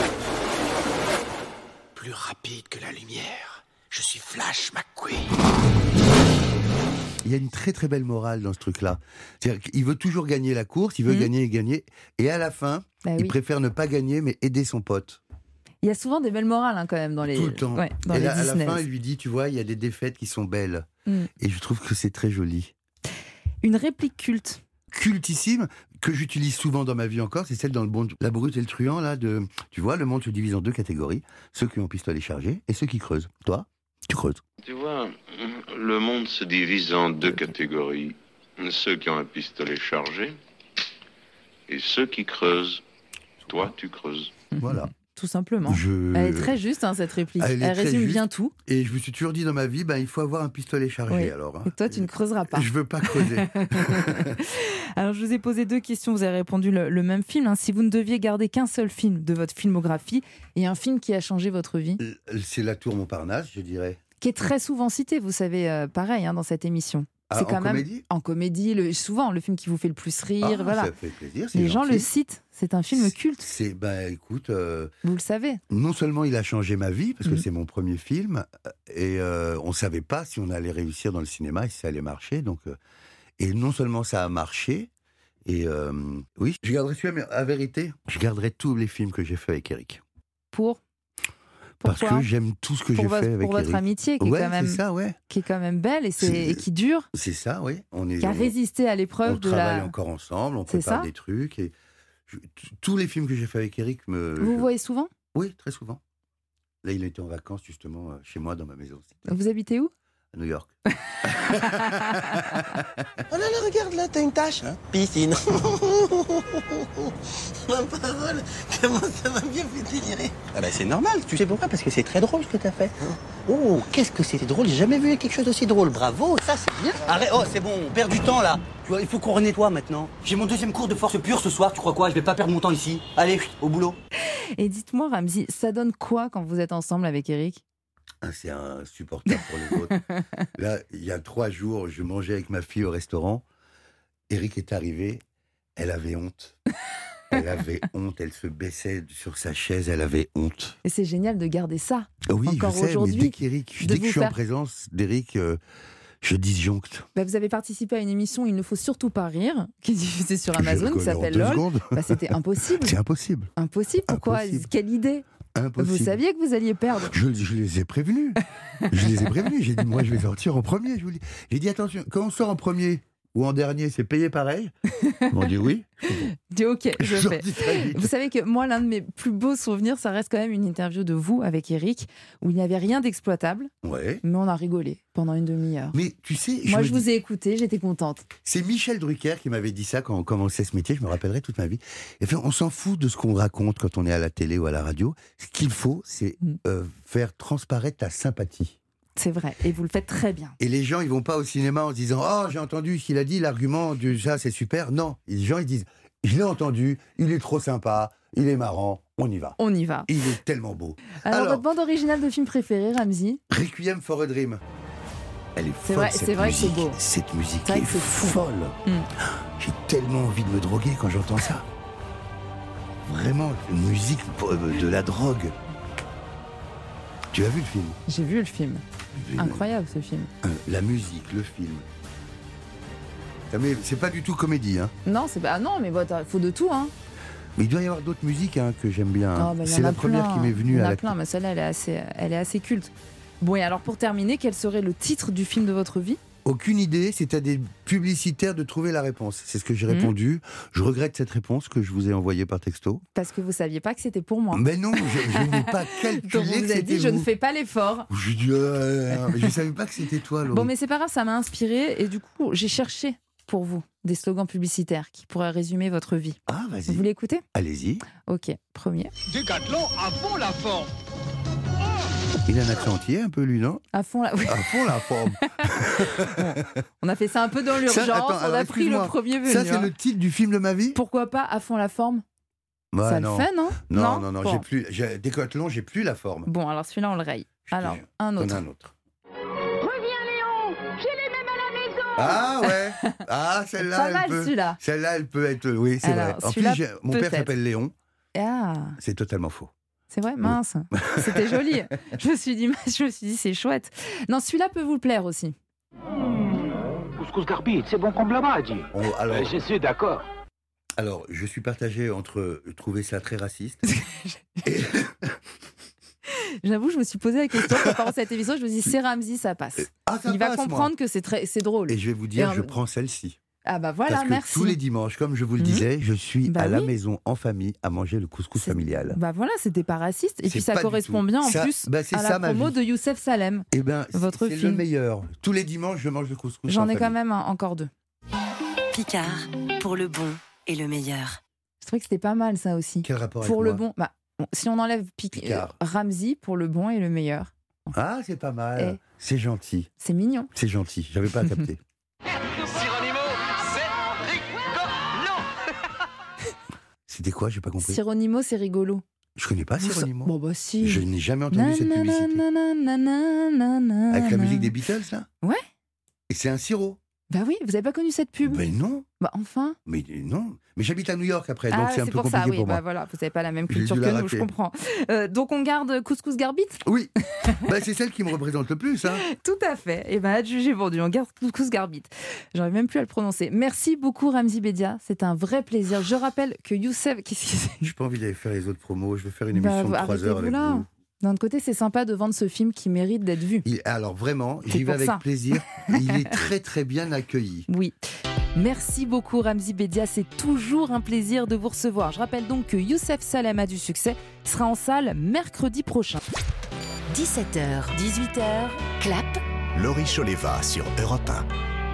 Plus rapide que la lumière. Je suis Flash McQueen. Il y a une très très belle morale dans ce truc-là. C'est-à-dire qu'il veut toujours gagner la course, il veut Mmh. gagner et gagner. Et à la fin, Bah il oui. préfère ne pas gagner, mais aider son pote. Il y a souvent des belles morales hein, quand même dans les, Tout le temps. ouais, dans et les là, à Disney. la fin, il lui dit, tu vois, il y a des défaites qui sont belles. Mm. Et je trouve que c'est très joli. Une réplique culte. Cultissime, que j'utilise souvent dans ma vie encore, c'est celle dans le bon, La Brute et le Truand, là, de, tu vois, le monde se divise en deux catégories, ceux qui ont pistolet chargé et ceux qui creusent. Toi, tu creuses. Tu vois, le monde se divise en deux catégories. Ceux qui ont un pistolet chargé et ceux qui creusent. Toi, tu creuses. Voilà. Tout simplement. Je- Elle est très juste, hein, cette réplique. Elle, Elle est très résume juste. bien tout. Et je me suis toujours dit dans ma vie, ben, il faut avoir un pistolet chargé, Oui. alors. hein. Et toi, tu ne creuseras pas. Je veux pas creuser. Alors, je vous ai posé deux questions. Vous avez répondu le, le même film. hein. Si vous ne deviez garder qu'un seul film de votre filmographie et un film qui a changé votre vie, C'est La Tour Montparnasse, je dirais. qui est très souvent cité, vous savez, euh, pareil, hein, dans cette émission. Ah, C'est en quand même comédie en comédie, le, souvent le film qui vous fait le plus rire. Ah, voilà. ça fait plaisir, c'est Les gens gentil. le citent. C'est un film culte. C'est, ben, écoute, euh, Vous le savez. non seulement il a changé ma vie, parce que Mhm. c'est mon premier film, et euh, on savait pas si on allait réussir dans le cinéma et si ça allait marcher. Donc, euh, et non seulement ça a marché, et euh, oui, je garderai celui-là, mais à vérité, je garderai tous les films que j'ai fait avec Eric. Pour Parce Pourquoi que j'aime tout ce que pour j'ai votre, fait avec pour votre Eric. amitié qui est, Ouais, quand même, c'est ça, ouais. qui est quand même belle et, c'est, C'est- et qui dure, C'est ça, oui. On est, qui a on- résisté à on l'épreuve de travaille la... encore ensemble, on C'est prépare ça des trucs. Et je- t- tous les films que j'ai fait avec Eric me. Vous je- voyez souvent? Oui, très souvent. Là, il était en vacances justement euh, chez moi dans ma maison, Vous habitez où? à New York. Oh là là, regarde là, t'as une tache. Piscine. Ma parole, comment ça m'a bien fait délirer. Ah bah c'est normal, tu sais pourquoi? Parce que c'est très drôle ce que t'as fait. Oh, qu'est-ce que c'était drôle, j'ai jamais vu quelque chose d'aussi drôle. Bravo, ça c'est bien. Arrête, oh c'est bon, on perd du temps là. Tu vois, il faut qu'on renettoie maintenant. J'ai mon deuxième cours de force pure ce soir, tu crois quoi? Je vais pas perdre mon temps ici. Allez, au boulot. Et dites-moi, Ramzy, ça donne quoi quand vous êtes ensemble avec Eric? Ah, c'est insupportable pour les autres. Là, il y a trois jours, je mangeais avec ma fille au restaurant. Eric est arrivé, elle avait honte. Elle avait honte, elle se baissait sur sa chaise, elle avait honte. Et c'est génial de garder ça. Oui, Encore je sais, mais aujourd'hui, dès qu'Eric, de dès que vous je suis faire- en présence d'Eric, euh, je disjoncte. Bah, vous avez participé à une émission Il ne faut surtout pas rire, qui est diffusée sur Amazon, qui rigolais en s'appelle deux LOL. secondes. Bah, c'était impossible. C'est impossible. Impossible, pourquoi? Impossible. Quelle idée? Impossible. Vous saviez que vous alliez perdre. Je, je les ai prévenus. Je les ai prévenus. J'ai dit, moi, je vais sortir en premier. Je vous dis. J'ai dit, attention, quand on sort en premier ou en dernier, c'est payé pareil. Ils m'ont dit oui. Je dis ok, je Je fais. dis très vite. Vous savez que moi, l'un de mes plus beaux souvenirs, ça reste quand même une interview de vous avec Eric, où il n'y avait rien d'exploitable, Ouais. mais on a rigolé pendant une demi-heure. Mais tu sais, Moi, me je dis- vous ai écouté, j'étais contente. c'est Michel Drucker qui m'avait dit ça quand on commençait ce métier, je me rappellerai toute ma vie. Et fait, on s'en fout de ce qu'on raconte quand on est à la télé ou à la radio. Ce qu'il faut, c'est Mm. euh, faire transparaître ta sympathie. C'est vrai, et vous le faites très bien. Et les gens, ils vont pas au cinéma en se disant « Oh, j'ai entendu ce qu'il a dit, l'argument de ça, c'est super ». Non, les gens, ils disent « Je l'ai entendu, il est trop sympa, il est marrant, on y va ». On y va. Il est tellement beau. Alors, Alors, votre bande originale de film préféré, Ramzy? Requiem for a Dream. Elle est C'est folle, vrai- cette c'est vrai que c'est musique. beau. Cette musique C'est vrai est, que c'est fou. folle. Mm. J'ai tellement envie de me droguer quand j'entends ça. Vraiment, une musique pour- de la drogue. Tu as vu le film? J'ai vu le film. Vu- Incroyable ce film. Euh, La musique, le film. Ah, mais c'est pas du tout comédie, hein. Non, c'est pas. Ah non, mais bon, il faut de tout, hein. Mais il doit y avoir d'autres musiques hein, que j'aime bien. Ah, bah, il y c'est en la a première plein. qui m'est venue Il y en à a la plein, mais celle-là, elle est assez, elle est assez culte. Bon, et alors pour terminer, quel serait le titre du film de votre vie? Aucune idée, c'est à des publicitaires de trouver la réponse. C'est ce que j'ai Mhm. répondu. Je regrette cette réponse que je vous ai envoyée par texto. Parce que vous saviez pas que c'était pour moi. Mais non, je, je n'ai pas calculé Donc vous que vous avez c'était dit, je ne vous. fais pas l'effort. Je dis, euh, mais je savais pas que c'était toi, Laurie. Bon, mais c'est pas grave, ça m'a inspiré et du coup, j'ai cherché pour vous des slogans publicitaires qui pourraient résumer votre vie. Ah, vas-y. Vous voulez écouter? Allez-y. Ok, premier. Décathlon à fond la forme. Il a un accent entier un peu, lui, non? À fond la... À fond la forme. On a fait ça un peu dans Ça, l'urgence, attends, on alors, a pris le excuse-moi. premier venu. Ça, c'est hein. le titre du film de ma vie? Pourquoi pas à fond la forme? Bah, ça non. le fait, non Non, non, non, Bon. j'ai plus. J'ai, Décathlon, j'ai plus la forme. Bon, alors celui-là, on le raye. Alors, un J'en ai autre. un autre. Reviens Léon, j'ai les mêmes à la maison. Ah ouais. Ah celle-là. Pas elle mal, peut... celui-là. Celle-là, elle peut être. Oui, c'est Alors, vrai. En plus, celui-là, j'ai- mon père peut-être. s'appelle Léon. Ah, C'est totalement faux. c'est vrai, mince. C'était joli. Je me suis dit, je me suis dit, c'est chouette. Non, celui-là peut vous plaire aussi. Couscous Garbit, c'est bon comme la dit. On- alors, Euh, je suis d'accord. alors, je suis partagé entre trouver ça très raciste. J'avoue, je me suis posé la question en préparant cette émission. Je me suis dit, c'est Ramzy, ça passe. Ah, ça Il va passe, comprendre moi. que c'est très, c'est drôle. Et je vais vous dire, Et, je euh, prends celle-ci. Ah bah voilà, Parce que merci. tous les dimanches, comme je vous le Mhm. disais, je suis Bah à la oui. maison en famille à manger le couscous familial. Bah voilà, c'était pas raciste. Et C'est puis ça pas du correspond tout. bien en Ça- plus bah, c'est à ça, la ma promo vie. de Youssef Salem. Eh ben, Votre c'est film. le meilleur. Tous les dimanches, je mange le couscous. J'en en ai quand famille. même un- encore deux. Picard, pour le bon et le meilleur. Je trouvais que c'était pas mal ça aussi. Quel rapport Pour avec le moi bon, bah, bon, si on enlève Pic- Picard. euh, Ramzy, pour le bon et le meilleur. Ah, c'est pas mal. Eh. C'est gentil. C'est mignon. C'est gentil. J'avais pas capté. Cyrano, c'est rigolo. C'était quoi J'ai pas compris. Cyrano, c'est rigolo. Je connais pas Vous- Cyrano. Bon bah si. Je n'ai jamais entendu cette publicité. Nananana, Avec la musique des Beatles, là Ouais. Et c'est un sirop. Bah oui, vous avez pas connu cette pub? Ben non. Bah enfin. Mais non. Mais j'habite à New York après, donc Ah, c'est un c'est peu pour compliqué ça, oui. pour Bah moi. voilà, vous avez pas la même J'ai culture dû que la nous, je rater. comprends. Euh, donc on garde Couscous Garbit? Oui. Bah, c'est celle qui me représente le plus. Hein. Tout à fait. Et ben, adjugé vendu. On garde Couscous Garbit. J'arrive même plus à le prononcer. Merci beaucoup, Ramzy Bedia. C'est un vrai plaisir. Je rappelle que Youssef. Qu'est-ce qu'il c'est J'ai pas envie d'aller faire les autres promos. Je veux faire une Bah, émission de trois heures arrêtez-vous avec là. vous. D'un autre côté, c'est sympa de vendre ce film qui mérite d'être vu. Il- alors vraiment, C'est j'y vais pour avec ça. plaisir. Il est très très bien accueilli. Oui. Merci beaucoup Ramzy Bedia, c'est toujours un plaisir de vous recevoir. Je rappelle donc que Youssef Salem a du succès, sera en salle mercredi prochain. dix-sept heures, dix-huit heures, Clap, Laurie Choleva sur Europe un.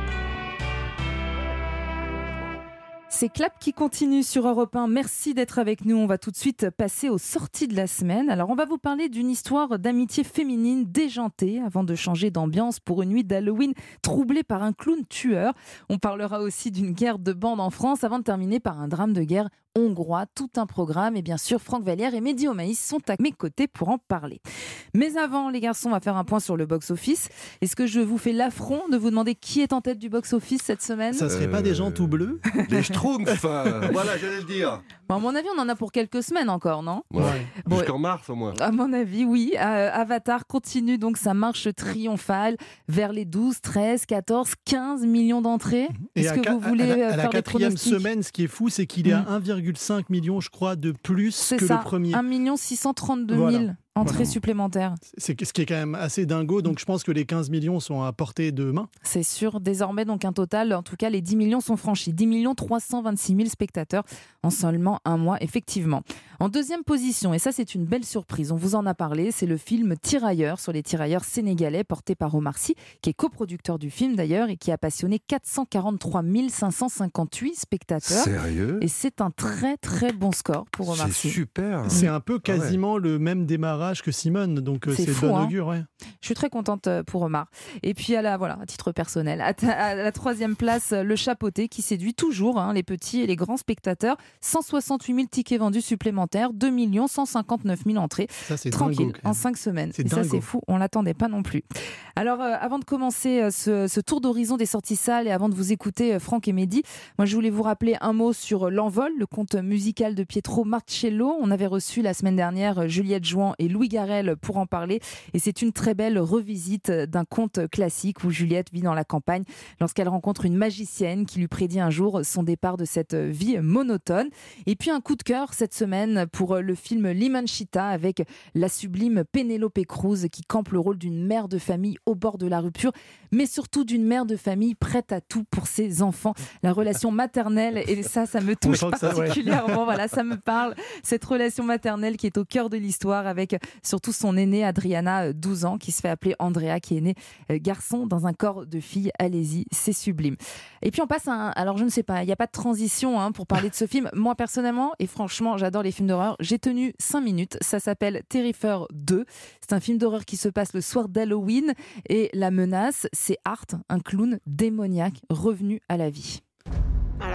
C'est Clap qui continue sur Europe un. Merci d'être avec nous. On va tout de suite passer aux sorties de la semaine. Alors, on va vous parler d'une histoire d'amitié féminine déjantée avant de changer d'ambiance pour une nuit d'Halloween troublée par un clown tueur. On parlera aussi d'une guerre de bandes en France avant de terminer par un drame de guerre hongrois. Tout un programme. Et bien sûr, Franck Vallière et Mehdi Omaïs sont à mes côtés pour en parler. Mais avant, les garçons, on va faire un point sur le box-office. Est-ce que je vous fais l'affront de vous demander qui est en tête du box-office cette semaine? Ça serait pas des gens tout bleus? Les Schtroumpfs, euh, voilà, j'allais le dire. Bon, à mon avis, on en a pour quelques semaines encore, non? Ouais. Bon, Jusqu'en mars au moins. À mon avis, oui. Euh, Avatar continue donc sa marche triomphale vers les douze, treize, quatorze, quinze millions d'entrées. Et Est-ce à que qua- vous voulez à la, euh, à la faire des quatrième pronostics? semaine, ce qui est fou, c'est qu'il est Mm. à un virgule cinq million, je crois, de plus C'est que ça, le premier. un million six cent trente-deux Voilà. mille entrées Voilà. supplémentaires. C'est ce qui est quand même assez dingo. Donc je pense que les quinze millions sont à portée de main. C'est sûr, désormais, donc un total, en tout cas, les dix millions sont franchis. dix millions trois cent vingt-six mille spectateurs en seulement un mois, effectivement. En deuxième position, et ça c'est une belle surprise, on vous en a parlé, c'est le film Tirailleurs sur les tirailleurs sénégalais porté par Omar Sy, qui est coproducteur du film d'ailleurs et qui a passionné quatre cent quarante-trois mille cinq cent cinquante-huit spectateurs. Sérieux? Et c'est un très très bon score pour Omar Sy. C'est super. C'est un peu quasiment le même démarrage que Simone. Donc euh, C'est c'est fou, bon hein. augure. Ouais. Je suis très contente euh, pour Omar. Et puis à la, voilà, à titre personnel, à, ta- à la troisième place, euh, le Chapeauté qui séduit toujours hein, les petits et les grands spectateurs. cent soixante-huit mille tickets vendus supplémentaires, deux millions cent cinquante-neuf mille entrées. Ça, c'est Tranquille, dingo, quand même. en cinq semaines. C'est Et ça, dingo. c'est fou, on l'attendait pas non plus. Alors, euh, avant de commencer euh, ce, ce tour d'horizon des sorties salles et avant de vous écouter, euh, Franck et Mehdi, moi, je voulais vous rappeler un mot sur euh, L'Envol, le conte musical de Pietro Marcello. On avait reçu la semaine dernière euh, Juliette Jouan et Louis Garrel pour en parler. Et c'est une très belle revisite d'un conte classique où Juliette vit dans la campagne lorsqu'elle rencontre une magicienne qui lui prédit un jour son départ de cette vie monotone. Et puis un coup de cœur cette semaine pour le film L'Imanchita avec la sublime Penélope Cruz qui campe le rôle d'une mère de famille au bord de la rupture, mais surtout d'une mère de famille prête à tout pour ses enfants. La relation maternelle, et ça, ça me touche sent que ça, ouais. particulièrement. Voilà, ça me parle. Cette relation maternelle qui est au cœur de l'histoire avec surtout son aîné Adriana, douze ans, qui se fait appeler Andrea, qui est né euh, garçon dans un corps de fille. Allez-y, c'est sublime. Et puis on passe à un... Alors je ne sais pas, il n'y a pas de transition hein, pour parler de ce film. Moi personnellement, et franchement, j'adore les films d'horreur, j'ai tenu cinq minutes. Ça s'appelle Terrifier deux. C'est un film d'horreur qui se passe le soir d'Halloween. Et la menace, c'est Art, un clown démoniaque revenu à la vie. Alors,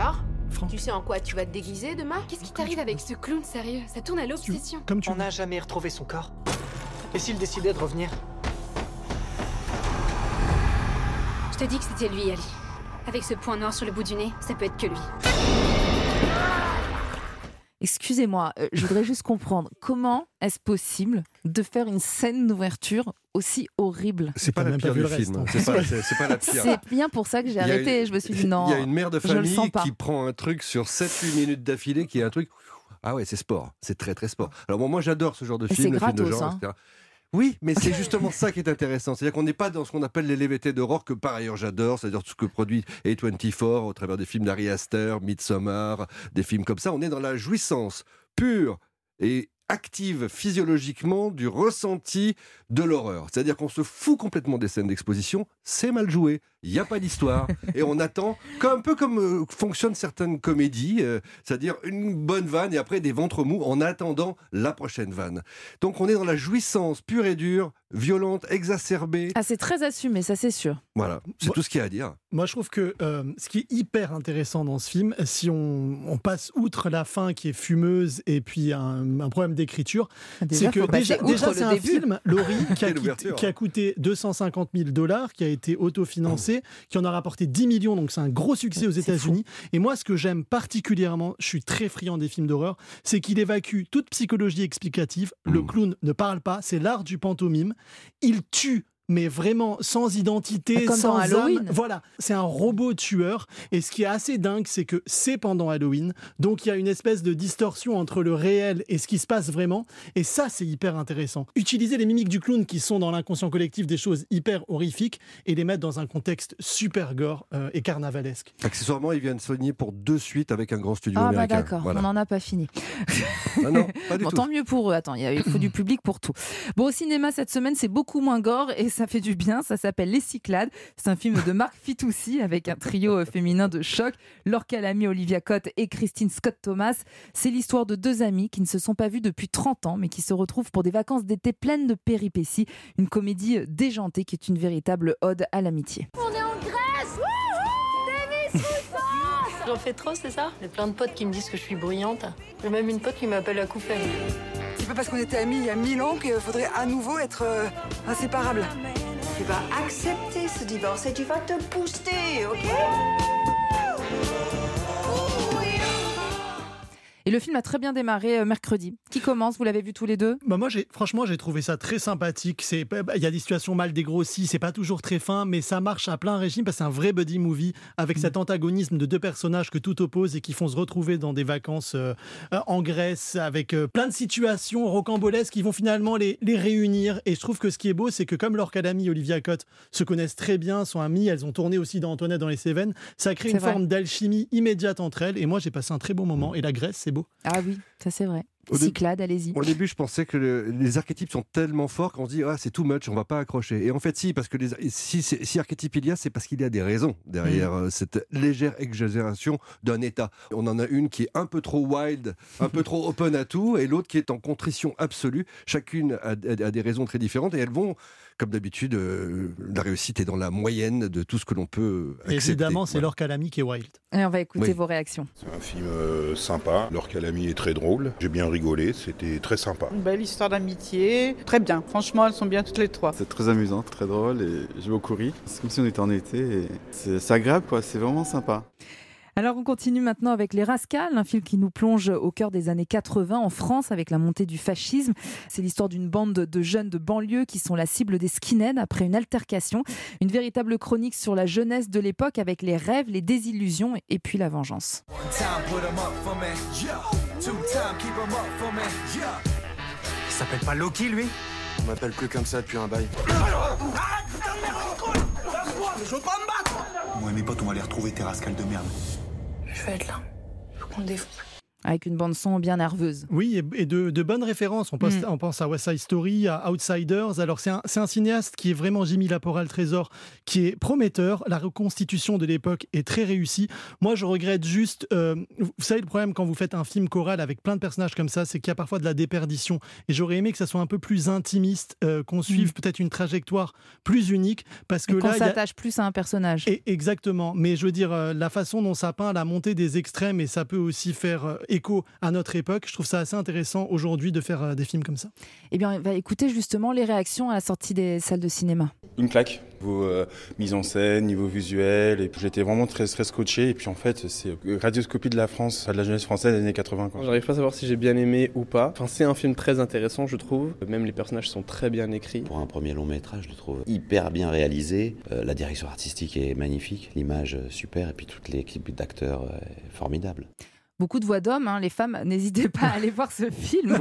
Franck. Tu sais en quoi tu vas te déguiser demain? Qu'est-ce qui t'arrive avec ce clown sérieux? Ça tourne à l'obsession. Comme tu On n'a jamais retrouvé son corps. Et s'il décidait de revenir? Je te dis que c'était lui, Ali. Avec ce point noir sur le bout du nez, ça peut être que lui. Excusez-moi, euh, je voudrais juste comprendre comment est-ce possible de faire une scène d'ouverture aussi horrible? C'est pas la pire du film. Hein. C'est pas, c'est, c'est pas la pire. C'est bien pour ça que j'ai arrêté. Une, je me suis dit non. Il y a une mère de je le famille sens pas. qui prend un truc sur sept huit minutes d'affilée, qui est un truc. Ah ouais, c'est sport. C'est très très sport. Alors bon, moi j'adore ce genre de Et film, c'est le gratos, film de genre, hein. et cetera. Oui, mais c'est justement ça qui est intéressant. C'est-à-dire qu'on n'est pas dans ce qu'on appelle les levées d'horreur, que par ailleurs j'adore, c'est-à-dire tout ce que produit A vingt-quatre au travers des films d'Ari Aster, Midsommar, des films comme ça. On est dans la jouissance pure et active physiologiquement du ressenti de l'horreur. C'est-à-dire qu'on se fout complètement des scènes d'exposition, c'est mal joué, il n'y a pas d'histoire, et on attend, un peu comme euh, fonctionnent certaines comédies, euh, c'est-à-dire une bonne vanne et après des ventres mous en attendant la prochaine vanne. Donc on est dans la jouissance pure et dure, violente, exacerbée. Ah, c'est très assumé, ça c'est sûr. Voilà, c'est Moi, tout ce qu'il y a à dire. Moi, je trouve que euh, ce qui est hyper intéressant dans ce film, si on, on passe outre la fin qui est fumeuse et puis un, un problème d'écriture, Déjà, c'est que faut déjà, passer outre déjà le c'est un début. film, Laurie, qui a, Quelle qui, ouverture. qui a coûté deux cent cinquante mille dollars, qui a été autofinancé, qui en a rapporté dix millions, donc c'est un gros succès aux États-Unis. Et moi, ce que j'aime particulièrement, je suis très friand des films d'horreur, c'est qu'il évacue toute psychologie explicative. Le clown ne parle pas, c'est l'art du pantomime. Il tue, mais vraiment sans identité, Comme sans dans Halloween. âme. Voilà, c'est un robot tueur. Et ce qui est assez dingue, c'est que c'est pendant Halloween. Donc il y a une espèce de distorsion entre le réel et ce qui se passe vraiment. Et ça, c'est hyper intéressant. Utiliser les mimiques du clown qui sont dans l'inconscient collectif des choses hyper horrifiques et les mettre dans un contexte super gore euh, et carnavalesque. Accessoirement, ils viennent soigner pour deux suites avec un grand studio Ah bah américain. d'accord, Voilà. on n'en a pas fini. Ah non, pas du Bon, tout. tant mieux pour eux. Attends, il y a- il faut du public pour tout. Bon, au cinéma cette semaine, c'est beaucoup moins gore et ça fait du bien. Ça s'appelle Les Cyclades. C'est un film de Marc Fitoussi avec un trio euh, féminin de choc. Laure Calamy, Olivia Cott et Christine Scott Thomas. C'est l'histoire de deux amies qui ne se sont pas vues depuis trente ans mais qui se retrouvent pour des vacances d'été pleines de péripéties. Une comédie euh, déjantée qui est une véritable ode à l'amitié. On est en Grèce. Demis Roussos. J'en fais trop, c'est ça? J'ai plein de potes qui me disent que je suis bruyante. J'ai même une pote qui m'appelle la Kouffaine. C'est pas parce qu'on était amis il y a mille ans qu'il faudrait à nouveau être euh, inséparables. Tu vas accepter ce divorce et tu vas te booster, ok? Et le film a très bien démarré euh, mercredi. Qui commence? Vous l'avez vu tous les deux? Bah moi, j'ai, franchement, j'ai trouvé ça très sympathique. C'est, il y a des situations mal dégrossies, c'est pas toujours très fin, mais ça marche à plein régime parce que c'est un vrai buddy movie avec cet antagonisme de deux personnages que tout oppose et qui font se retrouver dans des vacances euh, en Grèce avec euh, plein de situations rocambolesques qui vont finalement les, les réunir. Et je trouve que ce qui est beau, c'est que comme Laure Calamy et Olivia Cott se connaissent très bien, sont amies, elles ont tourné aussi dans Antoinette dans les Cévennes, ça crée C'est une vrai. forme d'alchimie immédiate entre elles. Et moi, j'ai passé un très bon moment. Et la Grèce, c'est beau. Ah oui, ça c'est vrai. Au dé- Cyclade, allez-y. Au début, je pensais que le- les archétypes sont tellement forts qu'on se dit ah, c'est too much, on va pas accrocher. Et en fait, si, parce que les, si, si, si archétype il y a, c'est parce qu'il y a des raisons derrière euh, cette légère exagération d'un état. On en a une qui est un peu trop wild, un peu trop open à tout, et l'autre qui est en contrition absolue. Chacune a, a- a des raisons très différentes, et elles vont, comme d'habitude, euh, la réussite est dans la moyenne de tout ce que l'on peut accepter. Évidemment, c'est Voilà. Laure Calamy qui est wild. Et on va écouter Oui. vos réactions. C'est un film euh, sympa. Laure Calamy est très drôle. J'ai bien rigolé. C'était très sympa. Une belle histoire d'amitié. Très bien. Franchement, elles sont bien toutes les trois. C'est très amusant, très drôle et j'ai beaucoup ri. C'est comme si on était en été et c'est c'est agréable quoi, c'est vraiment sympa. Alors on continue maintenant avec Les Rascals, un film qui nous plonge au cœur des années quatre-vingts en France avec la montée du fascisme. C'est l'histoire d'une bande de jeunes de banlieue qui sont la cible des skinheads après une altercation. Une véritable chronique sur la jeunesse de l'époque avec les rêves, les désillusions et puis la vengeance. Il s'appelle pas Loki, lui? On m'appelle plus comme ça depuis un bail. Je veux pas me battre! Moi et mes potes, on va aller retrouver tes rascals de merde. Je vais être là. Faut qu'on le défonce. Avec une bande-son bien nerveuse. Oui, et de, de bonnes références. On pense, mm. on pense à West Side Story, à Outsiders. Alors, c'est un, c'est un cinéaste qui est vraiment Jimmy Laporal-Trésor, qui est prometteur. La reconstitution de l'époque est très réussie. Moi, je regrette juste... Euh, vous savez, le problème quand vous faites un film choral avec plein de personnages comme ça, c'est qu'il y a parfois de la déperdition. Et j'aurais aimé que ça soit un peu plus intimiste, euh, qu'on suive mm. peut-être une trajectoire plus unique. Parce que et qu'on là, s'attache a... plus à un personnage. Et, exactement. Mais je veux dire, euh, la façon dont ça peint la montée des extrêmes, et ça peut aussi faire... Euh, écho à notre époque. Je trouve ça assez intéressant aujourd'hui de faire euh, des films comme ça. Eh bien, on va écouter justement les réactions à la sortie des salles de cinéma. Une claque, niveau euh, mise en scène, niveau visuel, et puis j'étais vraiment très, très scotché, et puis en fait, c'est radioscopie de la France, de la jeunesse française des années quatre-vingts. Quoi. J'arrive pas à savoir si j'ai bien aimé ou pas. Enfin, c'est un film très intéressant, je trouve. Même les personnages sont très bien écrits. Pour un premier long métrage, je le trouve hyper bien réalisé. Euh, la direction artistique est magnifique, l'image super, et puis toute l'équipe d'acteurs est formidable. Beaucoup de voix d'hommes, hein. Les femmes, n'hésitez pas à aller voir ce film.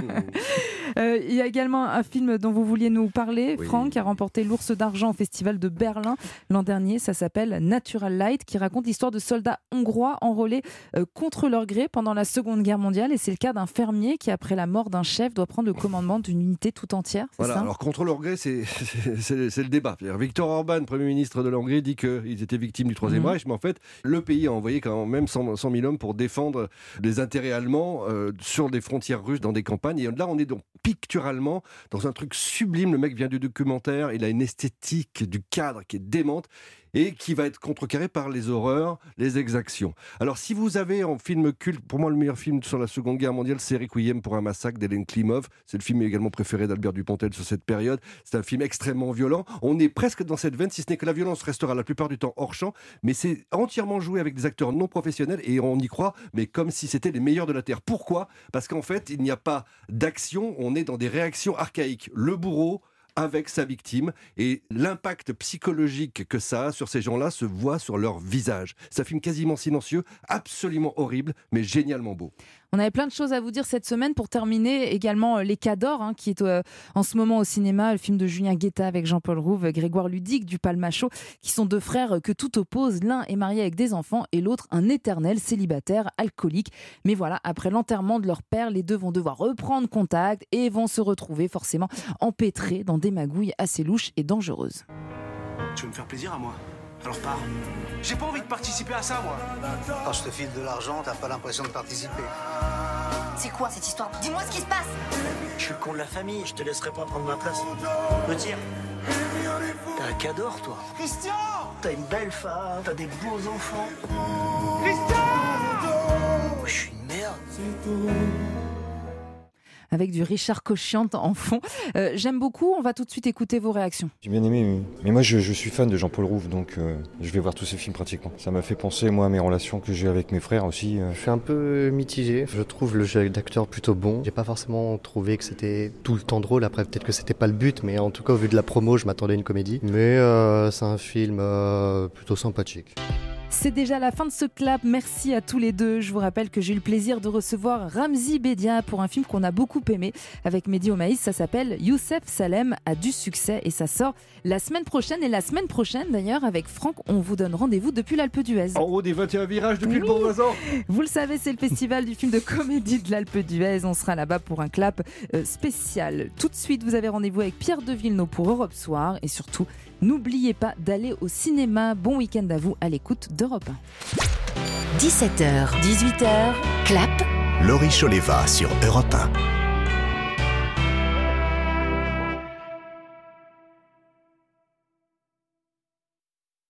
euh, il y a également un film dont vous vouliez nous parler, oui. Franck, qui a remporté l'Ours d'Argent au Festival de Berlin l'an dernier. Ça s'appelle Natural Light, qui raconte l'histoire de soldats hongrois enrôlés euh, contre leur gré pendant la Seconde Guerre mondiale. Et c'est le cas d'un fermier qui, après la mort d'un chef, doit prendre le commandement d'une unité tout entière. C'est voilà, ça alors contre leur gré, c'est, c'est, c'est, c'est le débat. Viktor Orban, Premier ministre de la Hongrie, dit qu'ils étaient victimes du Troisième mmh. Reich, mais en fait, le pays a envoyé quand même cent mille hommes pour défendre les intérêts allemands euh, sur des frontières russes dans des campagnes. Et là, on est donc picturalement dans un truc sublime. Le mec vient du documentaire, il a une esthétique du cadre qui est démente et qui va être contrecarré par les horreurs, les exactions. Alors, si vous avez en film culte, pour moi, le meilleur film sur la Seconde Guerre mondiale, c'est Requiem pour un massacre d'Hélène Klimov. C'est le film également préféré d'Albert Dupontel sur cette période. C'est un film extrêmement violent. On est presque dans cette veine, si ce n'est que la violence restera la plupart du temps hors champ, mais c'est entièrement joué avec des acteurs non professionnels et on y croit, mais comme si c'était les meilleurs de la Terre. Pourquoi ? Parce qu'en fait, il n'y a pas d'action, on est dans des réactions archaïques. Le bourreau avec sa victime, et l'impact psychologique que ça a sur ces gens-là se voit sur leur visage. C'est un film quasiment silencieux, absolument horrible, mais génialement beau. On avait plein de choses à vous dire cette semaine. Pour terminer, également Les Cadors, hein, qui est euh, en ce moment au cinéma, le film de Julien Guetta avec Jean-Paul Rouve, Grégoire Ludic du Palmachot, qui sont deux frères que tout oppose. L'un est marié avec des enfants et l'autre un éternel célibataire alcoolique. Mais voilà, après l'enterrement de leur père, les deux vont devoir reprendre contact et vont se retrouver forcément empêtrés dans des magouilles assez louches et dangereuses. Tu veux me faire plaisir à moi ? Alors pars. J'ai pas envie de participer à ça, moi. Quand je te file de l'argent, t'as pas l'impression de participer. C'est quoi cette histoire ? Dis-moi ce qui se passe. Je suis le con de la famille, je te laisserai pas prendre ma place. Me tire. T'as un cador, toi. Christian ! T'as une belle femme, t'as des beaux enfants. Christian ! Je suis une merde. Avec du Richard Cochiante en fond. Euh, j'aime beaucoup, on va tout de suite écouter vos réactions. J'ai bien aimé, mais moi je, je suis fan de Jean-Paul Rouve, donc euh, je vais voir tous ces films pratiquement. Ça m'a fait penser, moi, à mes relations que j'ai avec mes frères aussi. Euh. Je suis un peu mitigé, je trouve le jeu d'acteur plutôt bon. J'ai pas forcément trouvé que c'était tout le temps drôle, après peut-être que c'était pas le but, mais en tout cas au vu de la promo, je m'attendais à une comédie. Mais euh, c'est un film euh, plutôt sympathique. C'est déjà la fin de ce clap, merci à tous les deux. Je vous rappelle que j'ai eu le plaisir de recevoir Ramzy Bedia pour un film qu'on a beaucoup aimé avec Mehdi Omaïs. Ça s'appelle Youssef Salem a du succès et ça sort la semaine prochaine. Et la semaine prochaine d'ailleurs avec Franck, on vous donne rendez-vous depuis l'Alpe d'Huez. En haut des vingt et un virages depuis oui. le Bon-Voisin. Vous le savez, c'est le festival du film de comédie de l'Alpe d'Huez. On sera là-bas pour un clap euh, spécial. Tout de suite, vous avez rendez-vous avec Pierre de Villeneuve pour Europe Soir et surtout, n'oubliez pas d'aller au cinéma. Bon week-end à vous à l'écoute d'Europe un. dix-sept heures, dix-huit heures, clap. Laurie Choleva sur Europe un.